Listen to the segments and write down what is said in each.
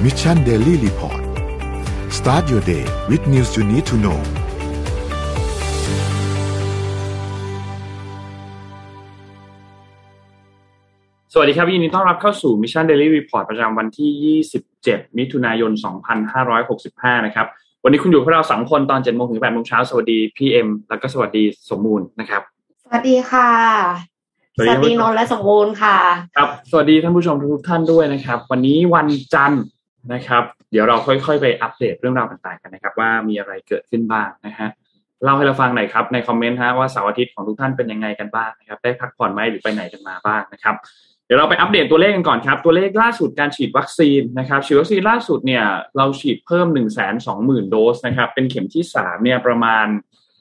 Mission Daily Report Start your day with news you need to know สวัสดีครับยินดีต้อนรับเข้าสู่ Mission Daily Report ประจำวันที่27มิถุนายน2565นะครับวันนี้คุณอยู่กับเรา2คนตอน 7:00 นถึง 8:00 นสวัสดีพี่เอ็มแล้วก็สวัสดีสมบูรณ์นะครับสวัสดีค่ะสวัสดีนนท์และสมบูรณ์ค่ะครับสวัสดีท่านผู้ชมทุกท่านด้วยนะครับวันนี้วันจันทร์นะครับเดี๋ยวเราค่อยๆไปอัปเดตเรื่องราวต่างๆกันนะครับว่ามีอะไรเกิดขึ้นบ้างนะฮะเล่าให้เราฟังหน่อยครับในคอมเมนต์ฮะว่าเสาร์อาทิตย์ของทุกท่านเป็นยังไงกันบ้างนะครับได้พักผ่อนไหมหรือไปไหนกันมาบ้างนะครับเดี๋ยวเราไปอัปเดตตัวเลขกันก่อนครับตัวเลขล่าสุดการฉีดวัคซีนนะครับฉีดวัคซีนล่าสุดเนี่ยเราฉีดเพิ่ม 120,000 โดสนะครับเป็นเข็มที่3เนี่ยประมาณ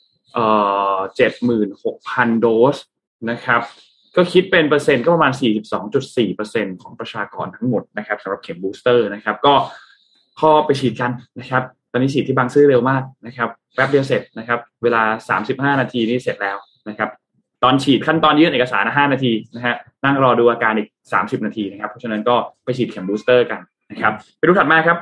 76,000 โดสนะครับก็คิดเป็นเปอร์เซ็นต์ก็ประมาณ 42.4% ของประชากรทั้งหมดนะครับสำหรับเข็มบูสเตอร์นะครับก็ข้อไปฉีดกันนะครับตอนนี้ฉีดที่บางซื่อเร็วมากนะครับแป๊บเดียวเสร็จนะครับเวลา35นาทีนี่เสร็จแล้วนะครับตอนฉีดขั้นตอนยื่นเอกสาร5นาทีนะฮะนั่งรอดูอาการอีก30นาทีนะครับเพราะฉะนั้นก็ไปฉีดเข็มบูสเตอร์กันนะครับไปดูถัดมาครับ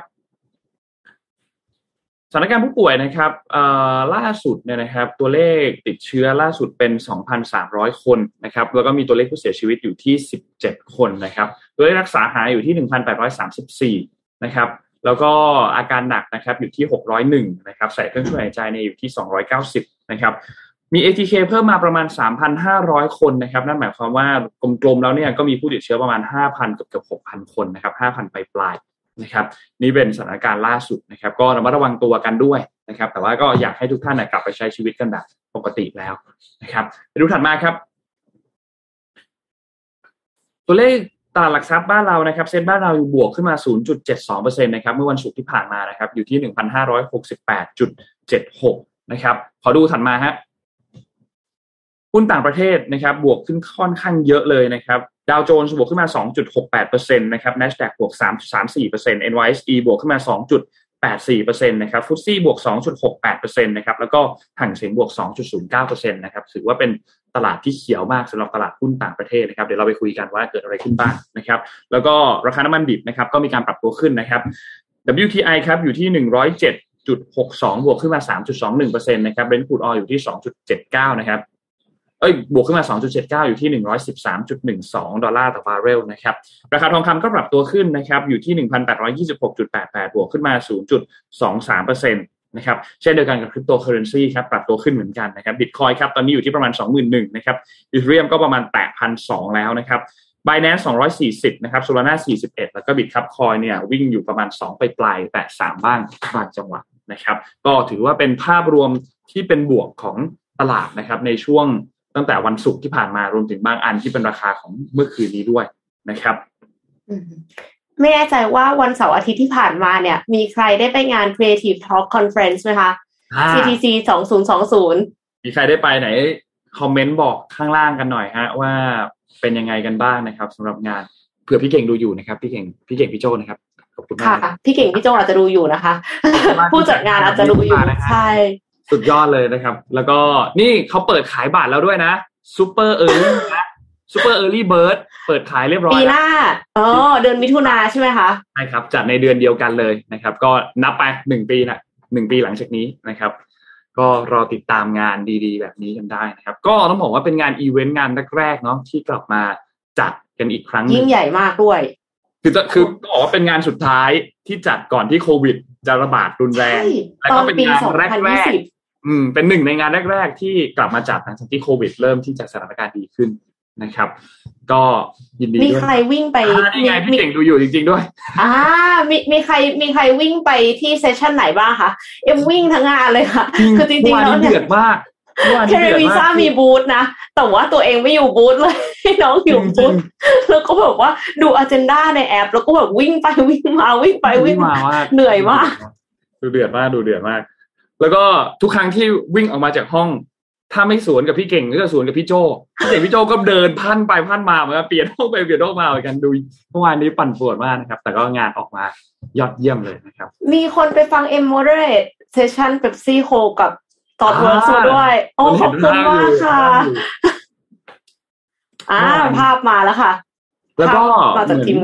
สถานการณ์ผู้ป่วยนะครับล่าสุดเนี่ยนะครับตัวเลขติดเชื้อล่าสุดเป็น 2,300 คนนะครับแล้วก็มีตัวเลขผู้เสียชีวิตอยู่ที่17คนนะครับตัวเลขรักษาหายอยู่ที่ 1,834 นะครับแล้วก็อาการหนักนะครับอยู่ที่601นะครับใส่เครื่องช่วยหายใจในอยู่ที่290นะครับมี ATK เพิ่มมาประมาณ 3,500 คนนะครับนั่นหมายความว่ากลมๆแล้วเนี่ยก็มีผู้ติดเชื้อประมาณ 5,000 เกือบ 6,000 คนนะครับ 5,000 ปลายๆนะครับนี่เป็นสถานการณ์ล่าสุดนะครับก็ระมัดระวังตัวกันด้วยนะครับแต่ว่าก็อยากให้ทุกท่านกลับไปใช้ชีวิตกันแบบปกติแล้วนะครับไปดูถัดมาครับตัวเลขตลาดหลักทรัพย์บ้านเรานะครับเซ็นบ้านเราอยู่บวกขึ้นมา 0.72% นะครับเมื่อวันศุกร์ที่ผ่านมานะครับอยู่ที่ 1,568.76 นะครับขอดูถัดมาฮะหุ้นต่างประเทศนะครับบวกขึ้นค่อนข้างเยอะเลยนะครับดาวโจนส์บวกขึ้นมา 2.68% นะครับ NASDAQ บวก 3.34% NYSE บวกขึ้นมา 2.84% นะครับฟุตซี่บวก 2.68% นะครับแล้วก็หั่งเส็งบวก 2.09% นะครับถือว่าเป็นตลาดที่เขียวมากสำหรับตลาดหุ้นต่างประเทศนะครับเดี๋ยวเราไปคุยกันว่าเกิดอะไรขึ้นบ้างนะครับแล้วก็ราคาน้ำมันดิบนะครับก็มีการปรับตัวขึ้นนะครับ WTI ครับอยู่ที่107.62 บวกขึ้นมา 3.21% นะครับ Brent crude oil อยู่ที่ 2.79 นะครับบวกขึ้นมา 2.79 อยู่ที่ 113.12 ดอลลาร์ต่อบาร์เรลนะครับราคาทองคำก็ปรับตัวขึ้นนะครับอยู่ที่ 1,826.88 บวกขึ้นมา 0.23% นะครับเช่นเดียวกันกับคริปโตเคอเรนซีครับปรับตัวขึ้นเหมือนกันนะครับ Bitcoin ครับตอนนี้อยู่ที่ประมาณ 21,000 นะครับ Ethereum ก็ประมาณแตะ 1,200 แล้วนะครับ Binance 240นะครับ Solana 41แล้วก็ Bitcoin เนี่ยวิ่งอยู่ประมาณ2ปลายๆแตะ3บ้างบางจังหวะนะครับก็ถือว่าเป็นภาพรวมที่เป็นบวกของตลาดนะครับในช่วงตั้งแต่วันศุกร์ที่ผ่านมารวมถึงบางอันที่เป็นราคาของเมื่อคืนนี้ด้วยนะครับไม่แน่ใจว่าวันเสาร์อาทิตย์ที่ผ่านมาเนี่ยมีใครได้ไปงาน Creative Talk Conference ไหมคะ CTC 2020มีใครได้ไปไหนคอมเมนต์บอกข้างล่างกันหน่อยฮะว่าเป็นยังไงกันบ้างนะครับสำหรับงานเผื่อพี่เก่งดูอยู่นะครับพี่เก่งพี่โจ้นะครับขอบคุณมากค่ะพี่เก่งพี่โจ้อาจจะดูอยู่นะคะผู้จัดงานอาจจะดูอยู่ใช่สุดยอดเลยนะครับแล้วก็นี่เขาเปิดขายบัตรแล้วด้วยนะซูเปอร์เออร์ลี่นะซูเปอร์เออร์ลี่เบิร์ดเปิดขายเรียบร้อยปีหน้าเดือนมิถุนาใช่ไหมคะใช่ครับจัดในเดือนเดียวกันเลยนะครับก็นับไป1ปีนะ1ปีหลังจากนี้นะครับก็รอติดตามงานดีๆแบบนี้กันได้นะครับก็ต้องบอกว่าเป็นงานอีเวนต์งานแรกๆเนาะที่กลับมาจัดกันอีกครั้งยิ่งใหญ่มากด้วยคือบอกว่าเป็นงานสุดท้ายที่จัดก่อนที่โควิดจะระบาดรุนแรงแล้วก็เป็นงานแรกเป็นหนึ่งในงานแรกๆที่กลับมาจัดหลังจากที่โควิดเริ่มที่จะสถานการณ์ดีขึ้นนะครับก็ยินดีด้วยมีใครวิ่งไปนี่ไงพี่เก่งดูอยู่จริงๆด้วยมีใครวิ่งไปที่เซสชั่นไหนบ้างคะเอ็มวิ่งทั้งงานเลยค่ะคือจริงๆแล้วเนี่ยเดือดมากเทเลวิซ่ามีบูธนะแต่ว่าตัวเองไม่อยู่บูธเลยน้องอยู่บูธแล้วก็แบบว่าดูอเจนดาในแอปแล้วก็แบบวิ่งไปวิ่งมาวิ่งไปวิ่งมาเหนื่อยมากดูเดือดมากแล้วก็ทุกครั้งที่วิ่งออกมาจากห้องถ้าไม่สวนกับพี่เก่งก็สวนกับพี่โจพี่โจก็เดินพันไปพันมาเหมือนเปลี่ยนห้องไปเปลี่ยนห้องมาเหมือนกันดูเมื่อวานนี้ปั่นป่วนมากนะครับแต่ก็งานออกมายอดเยี่ยมเลยนะครับมีคนไปฟังเอ็มโมเดเรตเซสชั่นเป๊ปซี่โคกับตอนเวิร์คด้วยขอบคุณมากค่ะภาพมาแล้วค่ะแล้วก็มาจากทีมงาน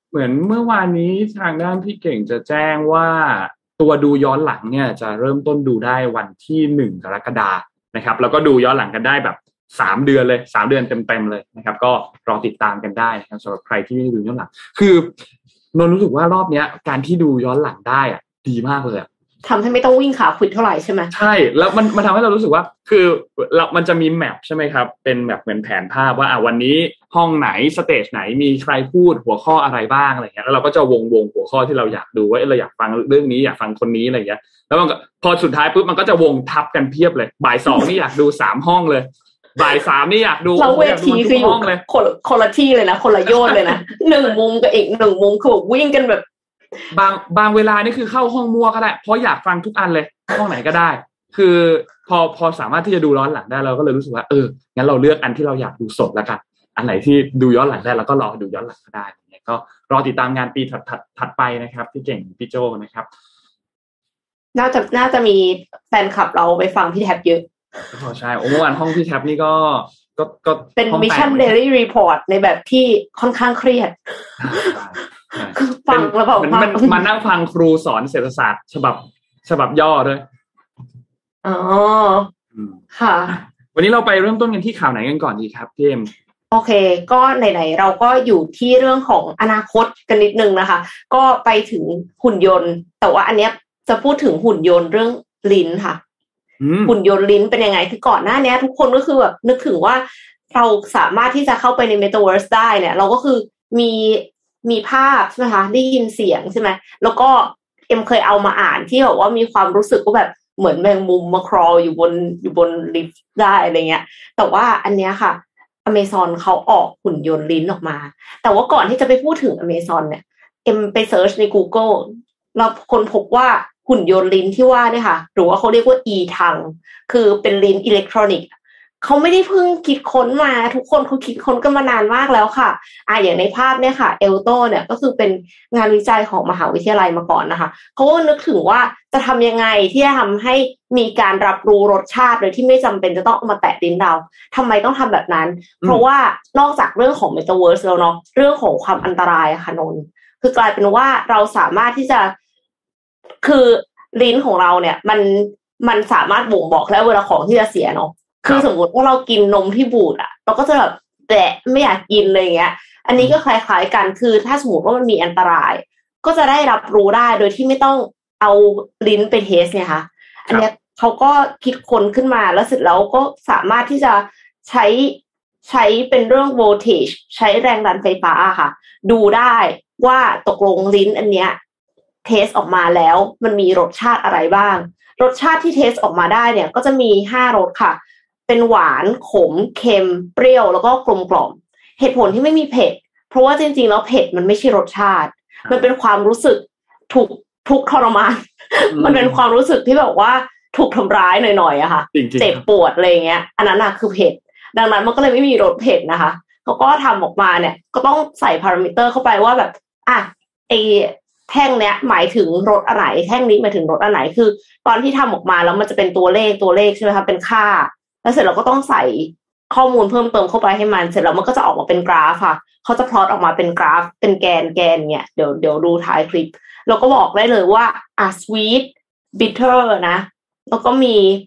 เหมือนเมื่อวานนี้ทางด้านพี่เก่งจะแจ้งว่าตัวดูย้อนหลังเนี่ยจะเริ่มต้นดูได้วันที่1 กรกฎาคมนะครับแล้วก็ดูย้อนหลังกันได้แบบ3 เดือนเลย3 เดือนเต็มๆเลยนะครับก็รอติดตามกันได้นะครับสำหรับใครที่ไม่ได้ดูย้อนหลังคือนนรู้สึกว่ารอบเนี้ยการที่ดูย้อนหลังได้อ่ะดีมากเลยทำให้ไม่ต้องวิ่งขาขวิดเท่าไหร่ใช่ไหมใช่แล้วมันทำให้เรารู้สึกว่าคือมันจะมีแมปใช่ไหมครับเป็นแบบเหมือนแผนภาพว่าวันนี้ห้องไหนสเตจไหนมีใครพูดหัวข้ออะไรบ้างอะไรเงี้ยแล้วเราก็จะวงหัวข้อที่เราอยากดูว่าเราอยากฟังเรื่องนี้อยากฟังคนนี้อะไรเงี้ยแล้วมันก็พอสุดท้ายปุ๊บมันก็จะวงทับกันเพียบเลยบ่าย 2นี่อยากดู3 ห้องเลยบ่าย 3นี่อยากดูเราเวทีคืออยู่คนละที่เลยนะคนละโยชน์เลยนะ1 มุมกับอีก1 มุมคือวิ่งกันแบบบางเวลานี่คือเข้าห้องมั่วก็ได้เพราะอยากฟังทุกอันเลยห้องไหนก็ได้คือพอสามารถที่จะดูย้อนหลังได้เราก็เลยรู้สึกว่างั้นเราเลือกอันที่เราอยากดูสดแล้วกันอันไหนที่ดูย้อนหลังได้เราก็รอดูย้อนหลังก็ได้เนี่ยก็รอติดตามงานปีถัดไปนะครับพี่เก่งพี่โจนะครับน่าจะมีแฟนคลับเราไปฟังพี่แท็บเยอะใช่เมื่อวานห้องพี่แท็บนี่ก็เป็นมิชชั่นเดลี่รีพอร์ตในแบบที่ค่อนข้างเครียดฟังแล้วแบบมานั่งฟังครูสอนเศรษฐศาสตร์ฉบับย่อด้วยอ๋อค่ะวันนี้เราไปเริ่มต้นกันที่ข่าวไหนกันก่อนดีครับพี่เอ็มโอเคก็ไหนๆเราก็อยู่ที่เรื่องของอนาคตกันนิดนึงนะคะก็ไปถึงหุ่นยนต์แต่ว่าอันเนี้ยจะพูดถึงหุ่นยนต์เรื่องลิ้นค่ะหุ่นยนต์ลิ้นเป็นยังไงคือก่อนหน้านี้ทุกคนก็คือแบบนึกถึงว่าเราสามารถที่จะเข้าไปใน Metaverse ได้เนี่ยเราก็คือมีภาพใช่ไหมคะได้ยินเสียงใช่ไหมแล้วก็เอ็มเคยเอามาอ่านที่แบบว่ามีความรู้สึกว่าแบบเหมือนแมงมุมมาครอลอยู่บนลิฟต์ได้อะไรเงี้ยแต่ว่าอันเนี้ยค่ะ Amazon เขาออกหุ่นยนต์ลิ้นออกมาแต่ว่าก่อนที่จะไปพูดถึง Amazon เนี่ยเอ็มไปเซิร์ชใน Google แล้วคนพบว่าหุ่นยนต์ลิ้นที่ว่าเนี่ยค่ะหรือว่าเขาเรียกว่า e-tongue คือเป็นลิ้นอิเล็กทรอนิกส์เขาไม่ได้เพิ่งคิดค้นมาทุกคนเขาคิดค้นกันมานานมากแล้วค่ะอย่างในภาพเนี่ยค่ะเอลโตเนี่ยก็คือเป็นงานวิจัยของมหาวิทยาลัยมาก่อนนะคะเขาก็นึกถึงว่าจะทำยังไงที่จะทำให้มีการรับรู้รสชาติโดยที่ไม่จำเป็นจะต้องเอามาแตะลิ้นเราทำไมต้องทำแบบนั้นเพราะว่านอกจากเรื่องของ Metaverse แล้วเนาะเรื่องของความอันตรายอะค่ะนนท์คือกลายเป็นว่าเราสามารถที่จะคือลิ้นของเราเนี่ยมันสามารถบ่งบอกแล้วเวลาของที่จะเสียเนาะคือสมมติว่าเรากินนมที่บูดอ่ะเราก็จะแบบแตะไม่อยากกินเลยอย่างเงี้ยอันนี้ก็คล้ายๆกันคือถ้าสมมติว่ามันมีอันตรายก็จะได้รับรู้ได้โดยที่ไม่ต้องเอาลิ้นไปเทสเนี่ยค่ะอันเนี้ยเขาก็คิดค้นขึ้นมาแล้วเสร็จแล้วก็สามารถที่จะใช้เป็นเรื่อง voltage ใช้แรงดันไฟฟ้าค่ะดูได้ว่าตกลงลิ้นอันเนี้ยเทสออกมาแล้วมันมีรสชาติอะไรบ้างรสชาติที่เทสออกมาได้เนี่ยก็จะมี5 รสค่ะเป็นหวานขมเค็มเปรี้ยวแล้วก็กลมกล่อมเหตุผลที่ไม่มีเผ็ดเพราะว่าจริงๆแล้วเผ็ดมันไม่ใช่รสชาติมันเป็นความรู้สึกทุกทรมานมันเป็นความรู้สึกที่แบบว่าถูกทำร้ายหน่อยๆอะค่ะเจ็บปวดอะไรเงี้ยอันนั้นน่ะคือเผ็ดดังนั้นมันก็เลยไม่มีรสเผ็ดนะคะเขาก็ทำออกมาเนี่ยก็ต้องใส่พารามิเตอร์เข้าไปว่าแบบไอแท่งเนี้ยหมายถึงรสอะไรแท่งนี้หมายถึงรสอะไรคือตอนที่ทำออกมาแล้วมันจะเป็นตัวเลขใช่ไหมคะเป็นค่าแล้วเสร็จเราก็ต้องใส่ข้อมูลเพิ่มเติมเข้าไปให้มันเสร็จแล้วมันก็จะออกมาเป็นกราฟค่ะเขาจะพลอตออกมาเป็นกราฟเป็นแกนเนี่ยเดี๋ยวดูท้ายคลิปเราก็บอกได้เลยว่าsweet bitter นะแล้วก็มี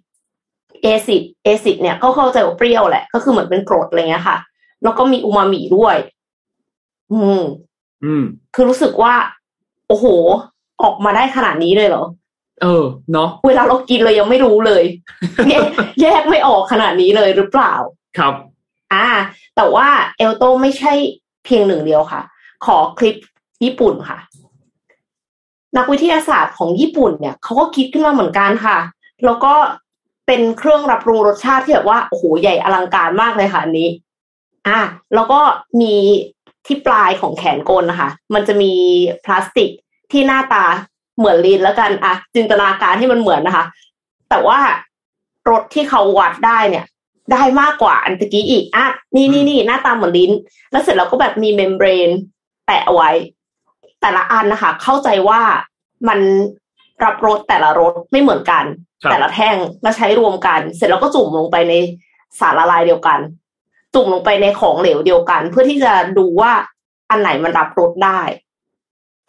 acid เนี่ยก็เข้าใจว่าเปรี้ยวแหละก็คือเหมือนเป็นกรดอะไรเงี้ยค่ะแล้วก็มีอูมามิด้วยคือรู้สึกว่าโอ้โหออกมาได้ขนาดนี้เลยเหรอเนาะเวลาเรากินเลยยังไม่รู้เลย แยกไม่ออกขนาดนี้เลยหรือเปล่าครับแต่ว่าเอลโตไม่ใช่เพียงหนึ่งเดียวค่ะขอคลิปญี่ปุ่นค่ะนักวิทยาศาสตร์ของญี่ปุ่นเนี่ยเขาก็คิดขึ้นมาเหมือนกันค่ะแล้วก็เป็นเครื่องรับรู้รสชาติที่แบบว่าโอ้โหใหญ่อลังการมากเลยค่ะอันนี้แล้วก็มีที่ปลายของแขนกลนะคะมันจะมีพลาสติกที่หน้าตาเหมือนลิ้นแล้วกันจินตนาการให้มันเหมือนนะคะแต่ว่ารสที่เขาวัดได้เนี่ยได้มากกว่าอันตะกี้อีกนี่หน้าตาเหมือนลิ้นแล้วเสร็จแล้วก็แบบมีเมมเบรนแปะเอาไว้แต่ละอันนะคะเข้าใจว่ามันรับรสแต่ละรสไม่เหมือนกันแต่ละแท่งแล้วใช้รวมกันเสร็จแล้วก็จุ่มลงไปในสารละลายเดียวกันจุ่มลงไปในของเหลวเดียวกันเพื่อที่จะดูว่าอันไหนมันรับรสได้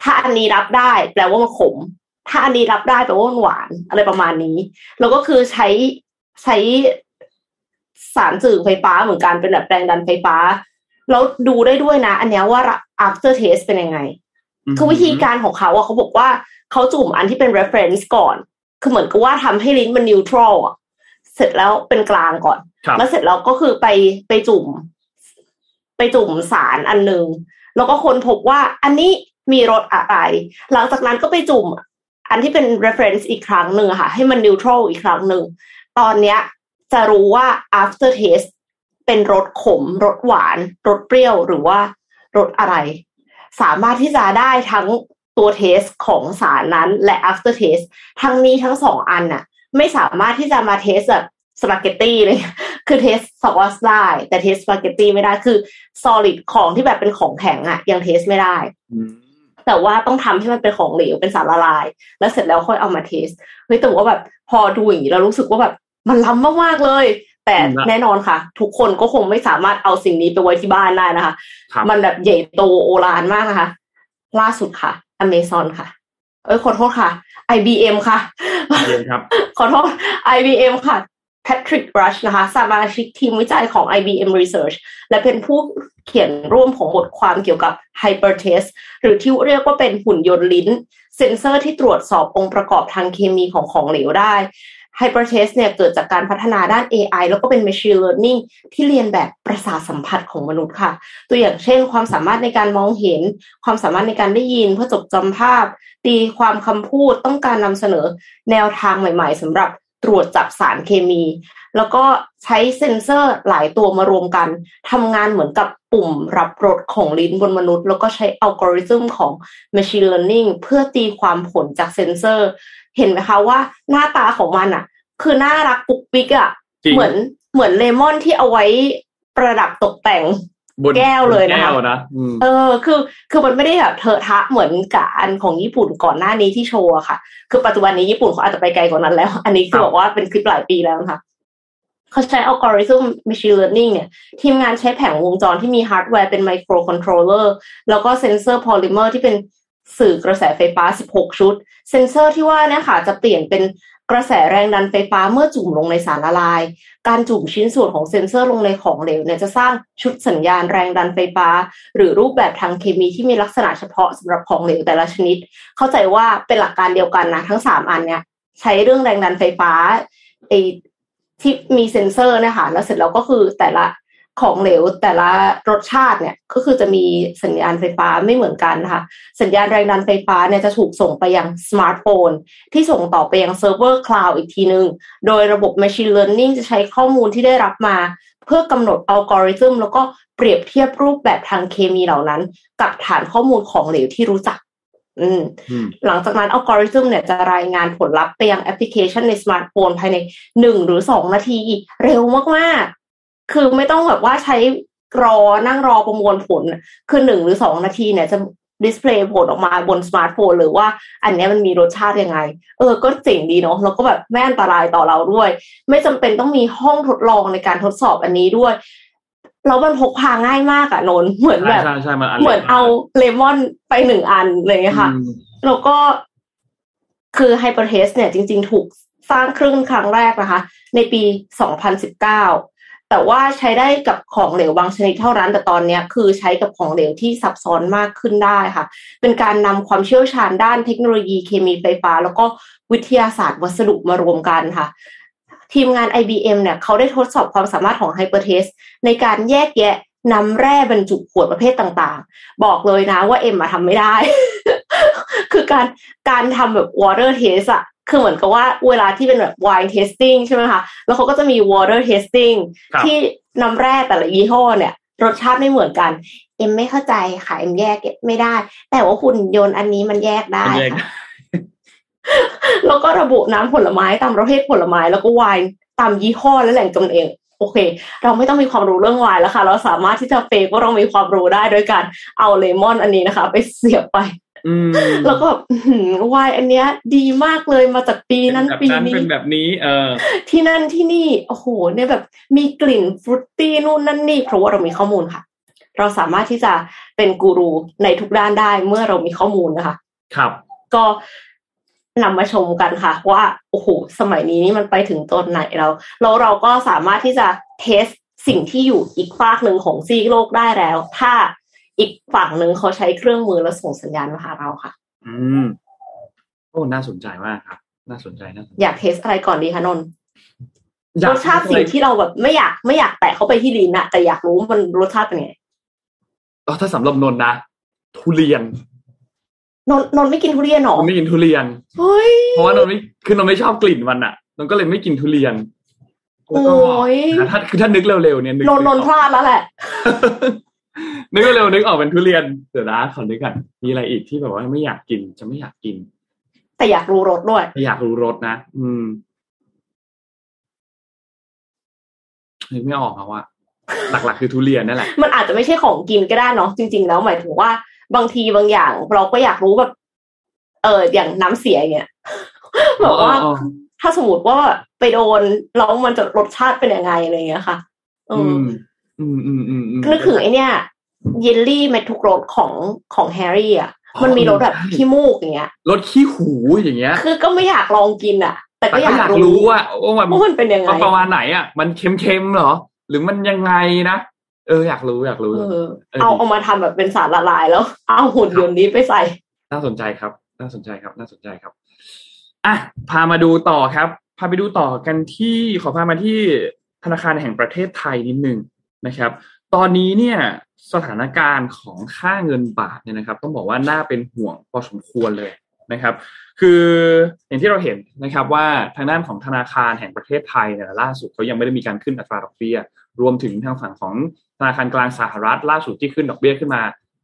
ถ้าอันนี้รับได้แปลว่ามันขมถ้าอันนี้รับได้แปลว่ามันหวานอะไรประมาณนี้แล้วก็คือใช้สารสื่อไฟฟ้าเหมือนกันเป็นแบบแรงดันไฟฟ้าแล้วดูได้ด้วยนะอันเนี้ยว่า after taste เป็นยังไงคือวิธีการของเขาเขาบอกว่าเขาจุ่มอันที่เป็น reference ก่อนคือเหมือนกับว่าทำให้ลิ้นมัน neutral เสร็จแล้วเป็นกลางก่อนแล้วเสร็จแล้วก็คือไปจุ่มสารอันนึงแล้วก็ค้นพบว่าอันนี้มีรสอะไรหลังจากนั้นก็ไปจุ่มอันที่เป็น reference อีกครั้งหนึ่งค่ะให้มัน neutral อีกครั้งหนึ่งตอนเนี้ยจะรู้ว่า after taste เป็นรสขมรสหวานรสเปรี้ยวหรือว่ารสอะไรสามารถที่จะได้ทั้งตัวเทสของสารนั้นและ after taste ทั้งนี้ทั้งสองอันน่ะไม่สามารถที่จะมาเทสแบบสปาเกตตี้เลยคือเทสซอสได้แต่เทสสปาเกตตี้ไม่ได้คือ solid ของที่แบบเป็นของแข็งยังเทสไม่ได้แต่ว่าต้องทำให้มันเป็นของเหลวเป็นสารละลายแล้วเสร็จแล้วค่อยเอามาเทสเฮ้ยแต่ว่าแบบพอดูอย่างนี้เรารู้สึกว่าแบบมันล้ำมากๆเลยแต่แน่นอนค่ะทุกคนก็คงไม่สามารถเอาสิ่งนี้ไปไว้ที่บ้านได้นะคะมันแบบใหญ่โตโอฬารมากนะคะล่าสุดค่ะ Amazon ค่ะขอโทษค่ะ IBM ค่ะขอโทษ IBM ค่ะ Patrick Rush นะคะสมาชิกทีมวิจัยของ IBM Research และเป็นผู้เขียนร่วมของบทความเกี่ยวกับ HyperTest หรือที่เรียกว่าเป็นหุ่นยนต์ลิ้นเซ็นเซอร์ที่ตรวจสอบองค์ประกอบทางเคมีของเหลวได้ HyperTest เนี่ยเกิดจากการพัฒนาด้าน AI แล้วก็เป็น Machine Learning ที่เรียนแบบประสาทสัมผัสของมนุษย์ค่ะตัวอย่างเช่นความสามารถในการมองเห็นความสามารถในการได้ยินเพื่อจดจำภาพตีความคำพูดต้องการนำเสนอแนวทางใหม่ๆสำหรับตรวจจับสารเคมีแล้วก็ใช้เซ็นเซอร์หลายตัวมารวมกันทำงานเหมือนกับปุ่มรับรสของลิ้นบนมนุษย์แล้วก็ใช้อัลกอริทึมของ Machine Learning เพื่อตีความผลจากเซ็นเซอร์เห็นไหมคะว่าหน้าตาของมันคือน่ารักปุ๊กปิ๊กเหมือนเลมอนที่เอาไว้ประดับตกแต่งแก้วเลยนะคะคือมันไม่ได้แบบเถอะทะเหมือนกับอันของญี่ปุ่นก่อนหน้านี้ที่โชว์ค่ะคือปัจจุบันนี้ญี่ปุ่นเขาอาจจะไปไกลกว่านั้นแล้วอันนี้คือบอกว่าเป็นคลิปหลายปีแล้วนะคะเขาใช้อัลกอริทึม Machine Learning เนี่ยทีมงานใช้แผงวงจรที่มีฮาร์ดแวร์เป็นไมโครคอนโทรลเลอร์แล้วก็เซ็นเซอร์โพลิเมอร์ที่เป็นสื่อกระแสไฟฟ้า16ชุดเซ็นเซอร์ที่ว่าเนี่ยค่ะจะเปลี่ยนเป็นกระแสแรงดันไฟฟ้าเมื่อจุ่มลงในสารละลายการจุ่มชิ้นส่วนของเซ็นเซอร์ลงในของเหลวเนี่ยจะสร้างชุดสัญญาณแรงดันไฟฟ้าหรือรูปแบบทางเคมีที่มีลักษณะเฉพาะสำหรับของเหลวแต่ละชนิดเข้าใจว่าเป็นหลักการเดียวกันนะทั้ง3อันเนี่ยใช้เรื่องแรงดันไฟฟ้าที่มีเซ็นเซอร์นะคะแล้วเสร็จแล้วก็คือแต่ละของเหลวแต่ละรสชาติเนี่ยก็คือจะมีสัญญาณไฟฟ้าไม่เหมือนกันนะคะสัญญาณแรงดันไฟฟ้าเนี่ยจะถูกส่งไปยังสมาร์ทโฟนที่ส่งต่อไปยังเซิร์ฟเวอร์คลาวด์อีกทีนึงโดยระบบ Machine Learning จะใช้ข้อมูลที่ได้รับมาเพื่อกำหนดอัลกอริทึมแล้วก็เปรียบเทียบรูปแบบทางเคมีเหล่านั้นกับฐานข้อมูลของเหลวที่รู้จักหลังจากนั้นอัลกอริทึมเนี่ยจะรายงานผลลัพธ์ไปยังแอปพลิเคชันในสมาร์ทโฟนภายใน1 หรือ 2 นาทีเร็วมากๆคือไม่ต้องแบบว่าใช้นั่งรอประมวลผลคือ1 หรือ 2 นาทีเนี่ยจะดิสเพลย์ผลออกมาบนสมาร์ทโฟนหรือว่าอันนี้มันมีรสชาติยังไงก็เจ๋งดีเนาะแล้วก็แบบไม่อันตรายต่อเราด้วยไม่จำเป็นต้องมีห้องทดลองในการทดสอบอันนี้ด้วยแล้วมันพกพาง่ายมากนนเหมือนแบบเหมือนเอาเลมอนไป1 อันเลยค่ะแล้วก็คือ HyperTest เนี่ยจริงๆถูกสร้างขึ้นครั้งแรกนะคะในปี2019แต่ว่าใช้ได้กับของเหลวบางชนิดเท่านั้นแต่ตอนนี้คือใช้กับของเหลวที่ซับซ้อนมากขึ้นได้ค่ะเป็นการนำความเชี่ยวชาญด้านเทคโนโลยีเคมีไฟฟ้าแล้วก็วิทยาศาสตร์วัสดุมารวมกันค่ะทีมงาน IBM เนี่ยเขาได้ทดสอบความสามารถของ HyperTest ในการแยกแยะน้ำแร่บรรจุขวดประเภทต่างๆบอกเลยนะว่าทำไม่ได้ คือการทำแบบ water test คือเหมือนกับว่าเวลาที่เป็นแบบ wine tasting ใช่ไหมคะแล้วเขาก็จะมี water tasting ที่น้ำแร่แต่ละยี่ห้อเนี่ยรสชาติไม่เหมือนกันไม่เข้าใจค่ะแยกไม่ได้แต่ว่าหุ่นยนต์อันนี้มันแยกได้ค่ะแล้วก็ระบุน้ำผลไม้ตามประเภทผลไม้แล้วก็ไวน์ตามยี่ห้อและแหล่งกำเนิดโอเคเราไม่ต้องมีความรู้เรื่องไวน์แล้วค่ะเราสามารถที่จะเฟกว่าเรามีความรู้ได้โดยการเอาเลมอนอันนี้นะคะไปเสียบไปแล้วก็ไวน์อันเนี้ยดีมากเลยมาจากปีนั้นปีนี้เป็นแบบนี้ที่นั่นที่นี่โอ้โหเนี่ยแบบมีกลิ่นฟรุตตี้นู่นนั่นนี่เพราะว่าเรามีข้อมูลค่ะเราสามารถที่จะเป็นกูรูในทุกด้านได้เมื่อเรามีข้อมูลนะคะครับก็นำมาชมกันค่ะว่าโอ้โหสมัยนี้นี่มันไปถึงต้นไหนแล้วเราก็สามารถที่จะเทสสิ่งที่อยู่อีกฝากหนึ่งของซีกโลกได้แล้วถ้าอีกฝั่งหนึ่งเขาใช้เครื่องมือแล้วส่งสัญญาณมาหาเราค่ะโอ้น่าสนใจมากครับน่าสนใจอยากเทสอะไรก่อนดีคะนนท์รสชาติสิ่งที่เราแบบไม่อยากแตะเข้าไปที่ลิ้นนะแต่อยากรู้มันรสชาติเป็นไงถ้าสำหรับนนท์นะทุเรียนนนไม่กินทุเรียนหรอไม่กินทุเรียนเฮ้ยเพราะว่านนไม่ชอบกลิ่นมันอ่ะนนก็เลยไม่กินทุเรียนแล้วก็ถ้านึกเร็วๆเนี่ยนนพลาดแล้วแหละนึกเร็วนึกออกเป็นทุเรียนเดี๋ยวนะขอนึกก่อนมีอะไรอีกที่แบบว่าไม่อยากกินจะไม่อยากกินแต่อยากรู้รสด้วยอยากรู้รสนะนึกไม่ออกว่าหลักๆคือทุเรียนนั่นแหละมันอาจจะไม่ใช่ของกินก็ได้เนาะจริงๆแล้วหมายถึงว่าบางทีบางอย่างเราก็อยากรู้แบบอย่างน้ำเสียเนี่ยแบบว่าถ้าสมมติว่าไปโดนแล้วมันจะรสชาติเป็นยังไงอะไรอย่างเงี้ยค่ะนึกถึงไอเนี่ยเยลลี่เม็ดทุกรสของแฮร์รี่อ่ะมันมีรสแบบขี้มูกอย่างเงี้ยรสขี้หูอย่างเงี้ยคือก็ไม่อยากลองกินอ่ะแต่ก็อยากรู้ว่ามันเป็นยังไงประมาณไหนอ่ะมันเค็มๆเหรอหรือมันยังไงนะอยากรู้เอามาทำแบบเป็นสารละลายแล้วเอาหุ่นยนต์นี้ไปใส่น่าสนใจครับอ่ะพามาดูต่อครับพาไปดูต่อกันที่ขอพามาที่ธนาคารแห่งประเทศไทยนิดนึงนะครับตอนนี้เนี่ยสถานการณ์ของค่าเงินบาทเนี่ยนะครับต้องบอกว่าน่าเป็นห่วงพอสมควรเลยนะครับคืออย่างที่เราเห็นนะครับว่าทางด้านของธนาคารแห่งประเทศไทยเนี่ยล่าสุดเขายังไม่ได้มีการขึ้นอัตราดอกเบี้ยรวมถึงทางฝั่งของธนาคารกลางสหรัฐล่าสุดที่ขึ้นดอกเบี้ยขึ้นมา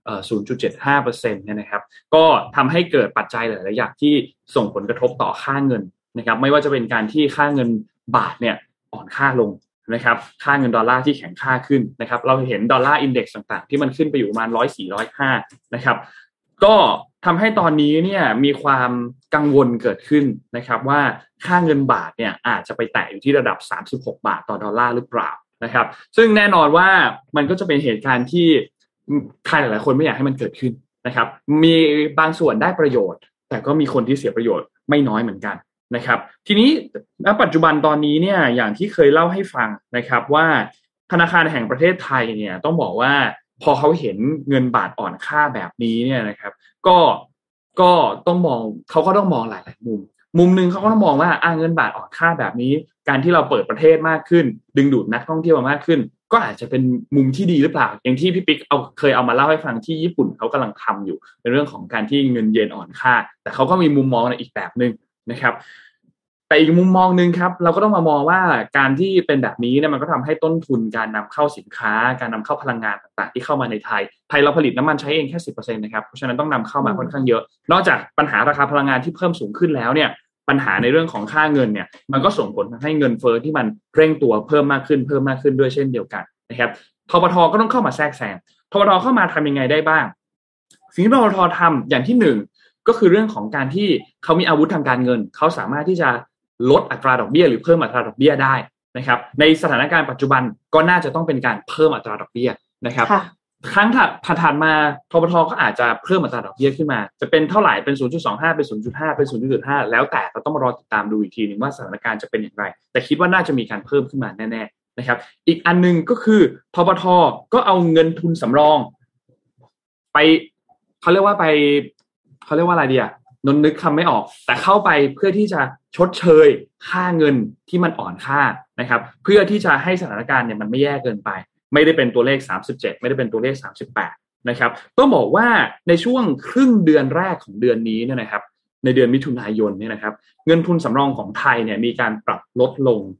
0.75% เนี่ยนะครับก็ทำให้เกิดปัจจัยหลายๆอย่างที่ส่งผลกระทบต่อค่าเงินนะครับไม่ว่าจะเป็นการที่ค่าเงินบาทเนี่ยอ่อนค่าลงนะครับค่าเงินดอลลาร์ที่แข็งค่าขึ้นนะครับเราเห็นดอลลาร์อินเด็กซ์ต่างๆที่มันขึ้นไปอยู่ประมาณ104-105นะครับก็ทำให้ตอนนี้เนี่ยมีความกังวลเกิดขึ้นนะครับว่าค่าเงินบาทเนี่ยอาจจะไปแตะอยู่ที่ระดับ36 บาทต่อดอลลาร์หรือเปล่านะครับซึ่งแน่นอนว่ามันก็จะเป็นเหตุการณ์ที่ใครหลายๆคนไม่อยากให้มันเกิดขึ้นนะครับมีบางส่วนได้ประโยชน์แต่ก็มีคนที่เสียประโยชน์ไม่น้อยเหมือนกันนะครับทีนี้ณปัจจุบันตอนนี้เนี่ยอย่างที่เคยเล่าให้ฟังนะครับว่าธนาคารแห่งประเทศไทยเนี่ยต้องบอกว่าพอเขาเห็นเงินบาทอ่อนค่าแบบนี้เนี่ยนะครับก็ต้องมองเขาก็ต้องมองหลายๆมุมนึงเขาก็ต้องมองว่าเงินบาทอ่อนค่าแบบนี้การที่เราเปิดประเทศมากขึ้นดึงดูดนักท่องเที่ยวมากขึ้นก็อาจจะเป็นมุมที่ดีหรือเปล่าอย่างที่พี่ปิ๊กเคยเอามาเล่าให้ฟังที่ญี่ปุ่นเขากำลังทำอยู่ในเรื่องของการที่เงินเยนอ่อนค่าแต่เขาก็มีมุมมองในอีกแบบนึงนะครับแต่อีกมุมมองนึงครับเราก็ต้องมามองว่าการที่เป็นแบบนี้เนี่ยมันก็ทำให้ต้นทุนการนำเข้าสินค้าการนำเข้าพลังงานต่างๆที่เข้ามาในไทยเราผลิตน้ำมันใช้เองแค่ 10% นะครับเพราะฉะนั้นต้องนำเข้ามาค่อนข้างเยอะนอกจากปัญหาราคาพลังงานที่เพิ่มสูงขึ้นแล้วเนี่ยปัญหาในเรื่องของค่าเงินเนี่ยมันก็ส่งผลให้เงินเฟ้อที่มันเร่งตัวเพิ่มมากขึ้นด้วยเช่นเดียวกันนะครับธปท.ก็ต้องเข้ามาแทรกแซงธปท.เข้ามาทำยังไงได้บ้างสิ่งที่ธปท.ทำอย่างที่1ก็คือเรื่องของการที่เขามีอาวุธทางการเงินเขาสามารถที่จะลดอัตราดอกเบี้ยหรือเพิ่มอัตราดอกเบี้ยได้นะครับในสถานการณ์ปัจจุบันก็น่าจะต้องเป็นการเพิ่มอัตราดอกเบี้ยนะครับครั้งถัดมาธปท.ก็อาจจะเพิ่มอัตราดอกเบี้ยขึ้นมาจะเป็นเท่าไหร่เป็น 0.25 เป็น 0.5 เป็น 0.5 แล้วแต่เราต้องมารอติดตามดูอีกทีนึงว่าสถานการณ์จะเป็นอย่างไรแต่คิดว่าน่าจะมีการเพิ่มขึ้นมาแน่ๆนะครับอีกอันนึงก็คือธปท.ก็เอาเงินทุนสำรองไปเขาเรียกว่าอะไรดีอะนึกคำไม่ออกแต่เข้าไปเพื่อที่จะชดเชยค่าเงินที่มันอ่อนค่านะครับเพื่อที่จะให้สถานการณ์เนี่ยมันไม่แย่เกินไปไม่ได้เป็นตัวเลข37ไม่ได้เป็นตัวเลข38นะครับต้องบอกว่าในช่วงครึ่งเดือนแรกของเดือนนี้เนี่ยนะครับในเดือนมิถุนายนเนี่ยนะครับเงินทุนสำรองของไทยเนี่ยมีการปรับลดลง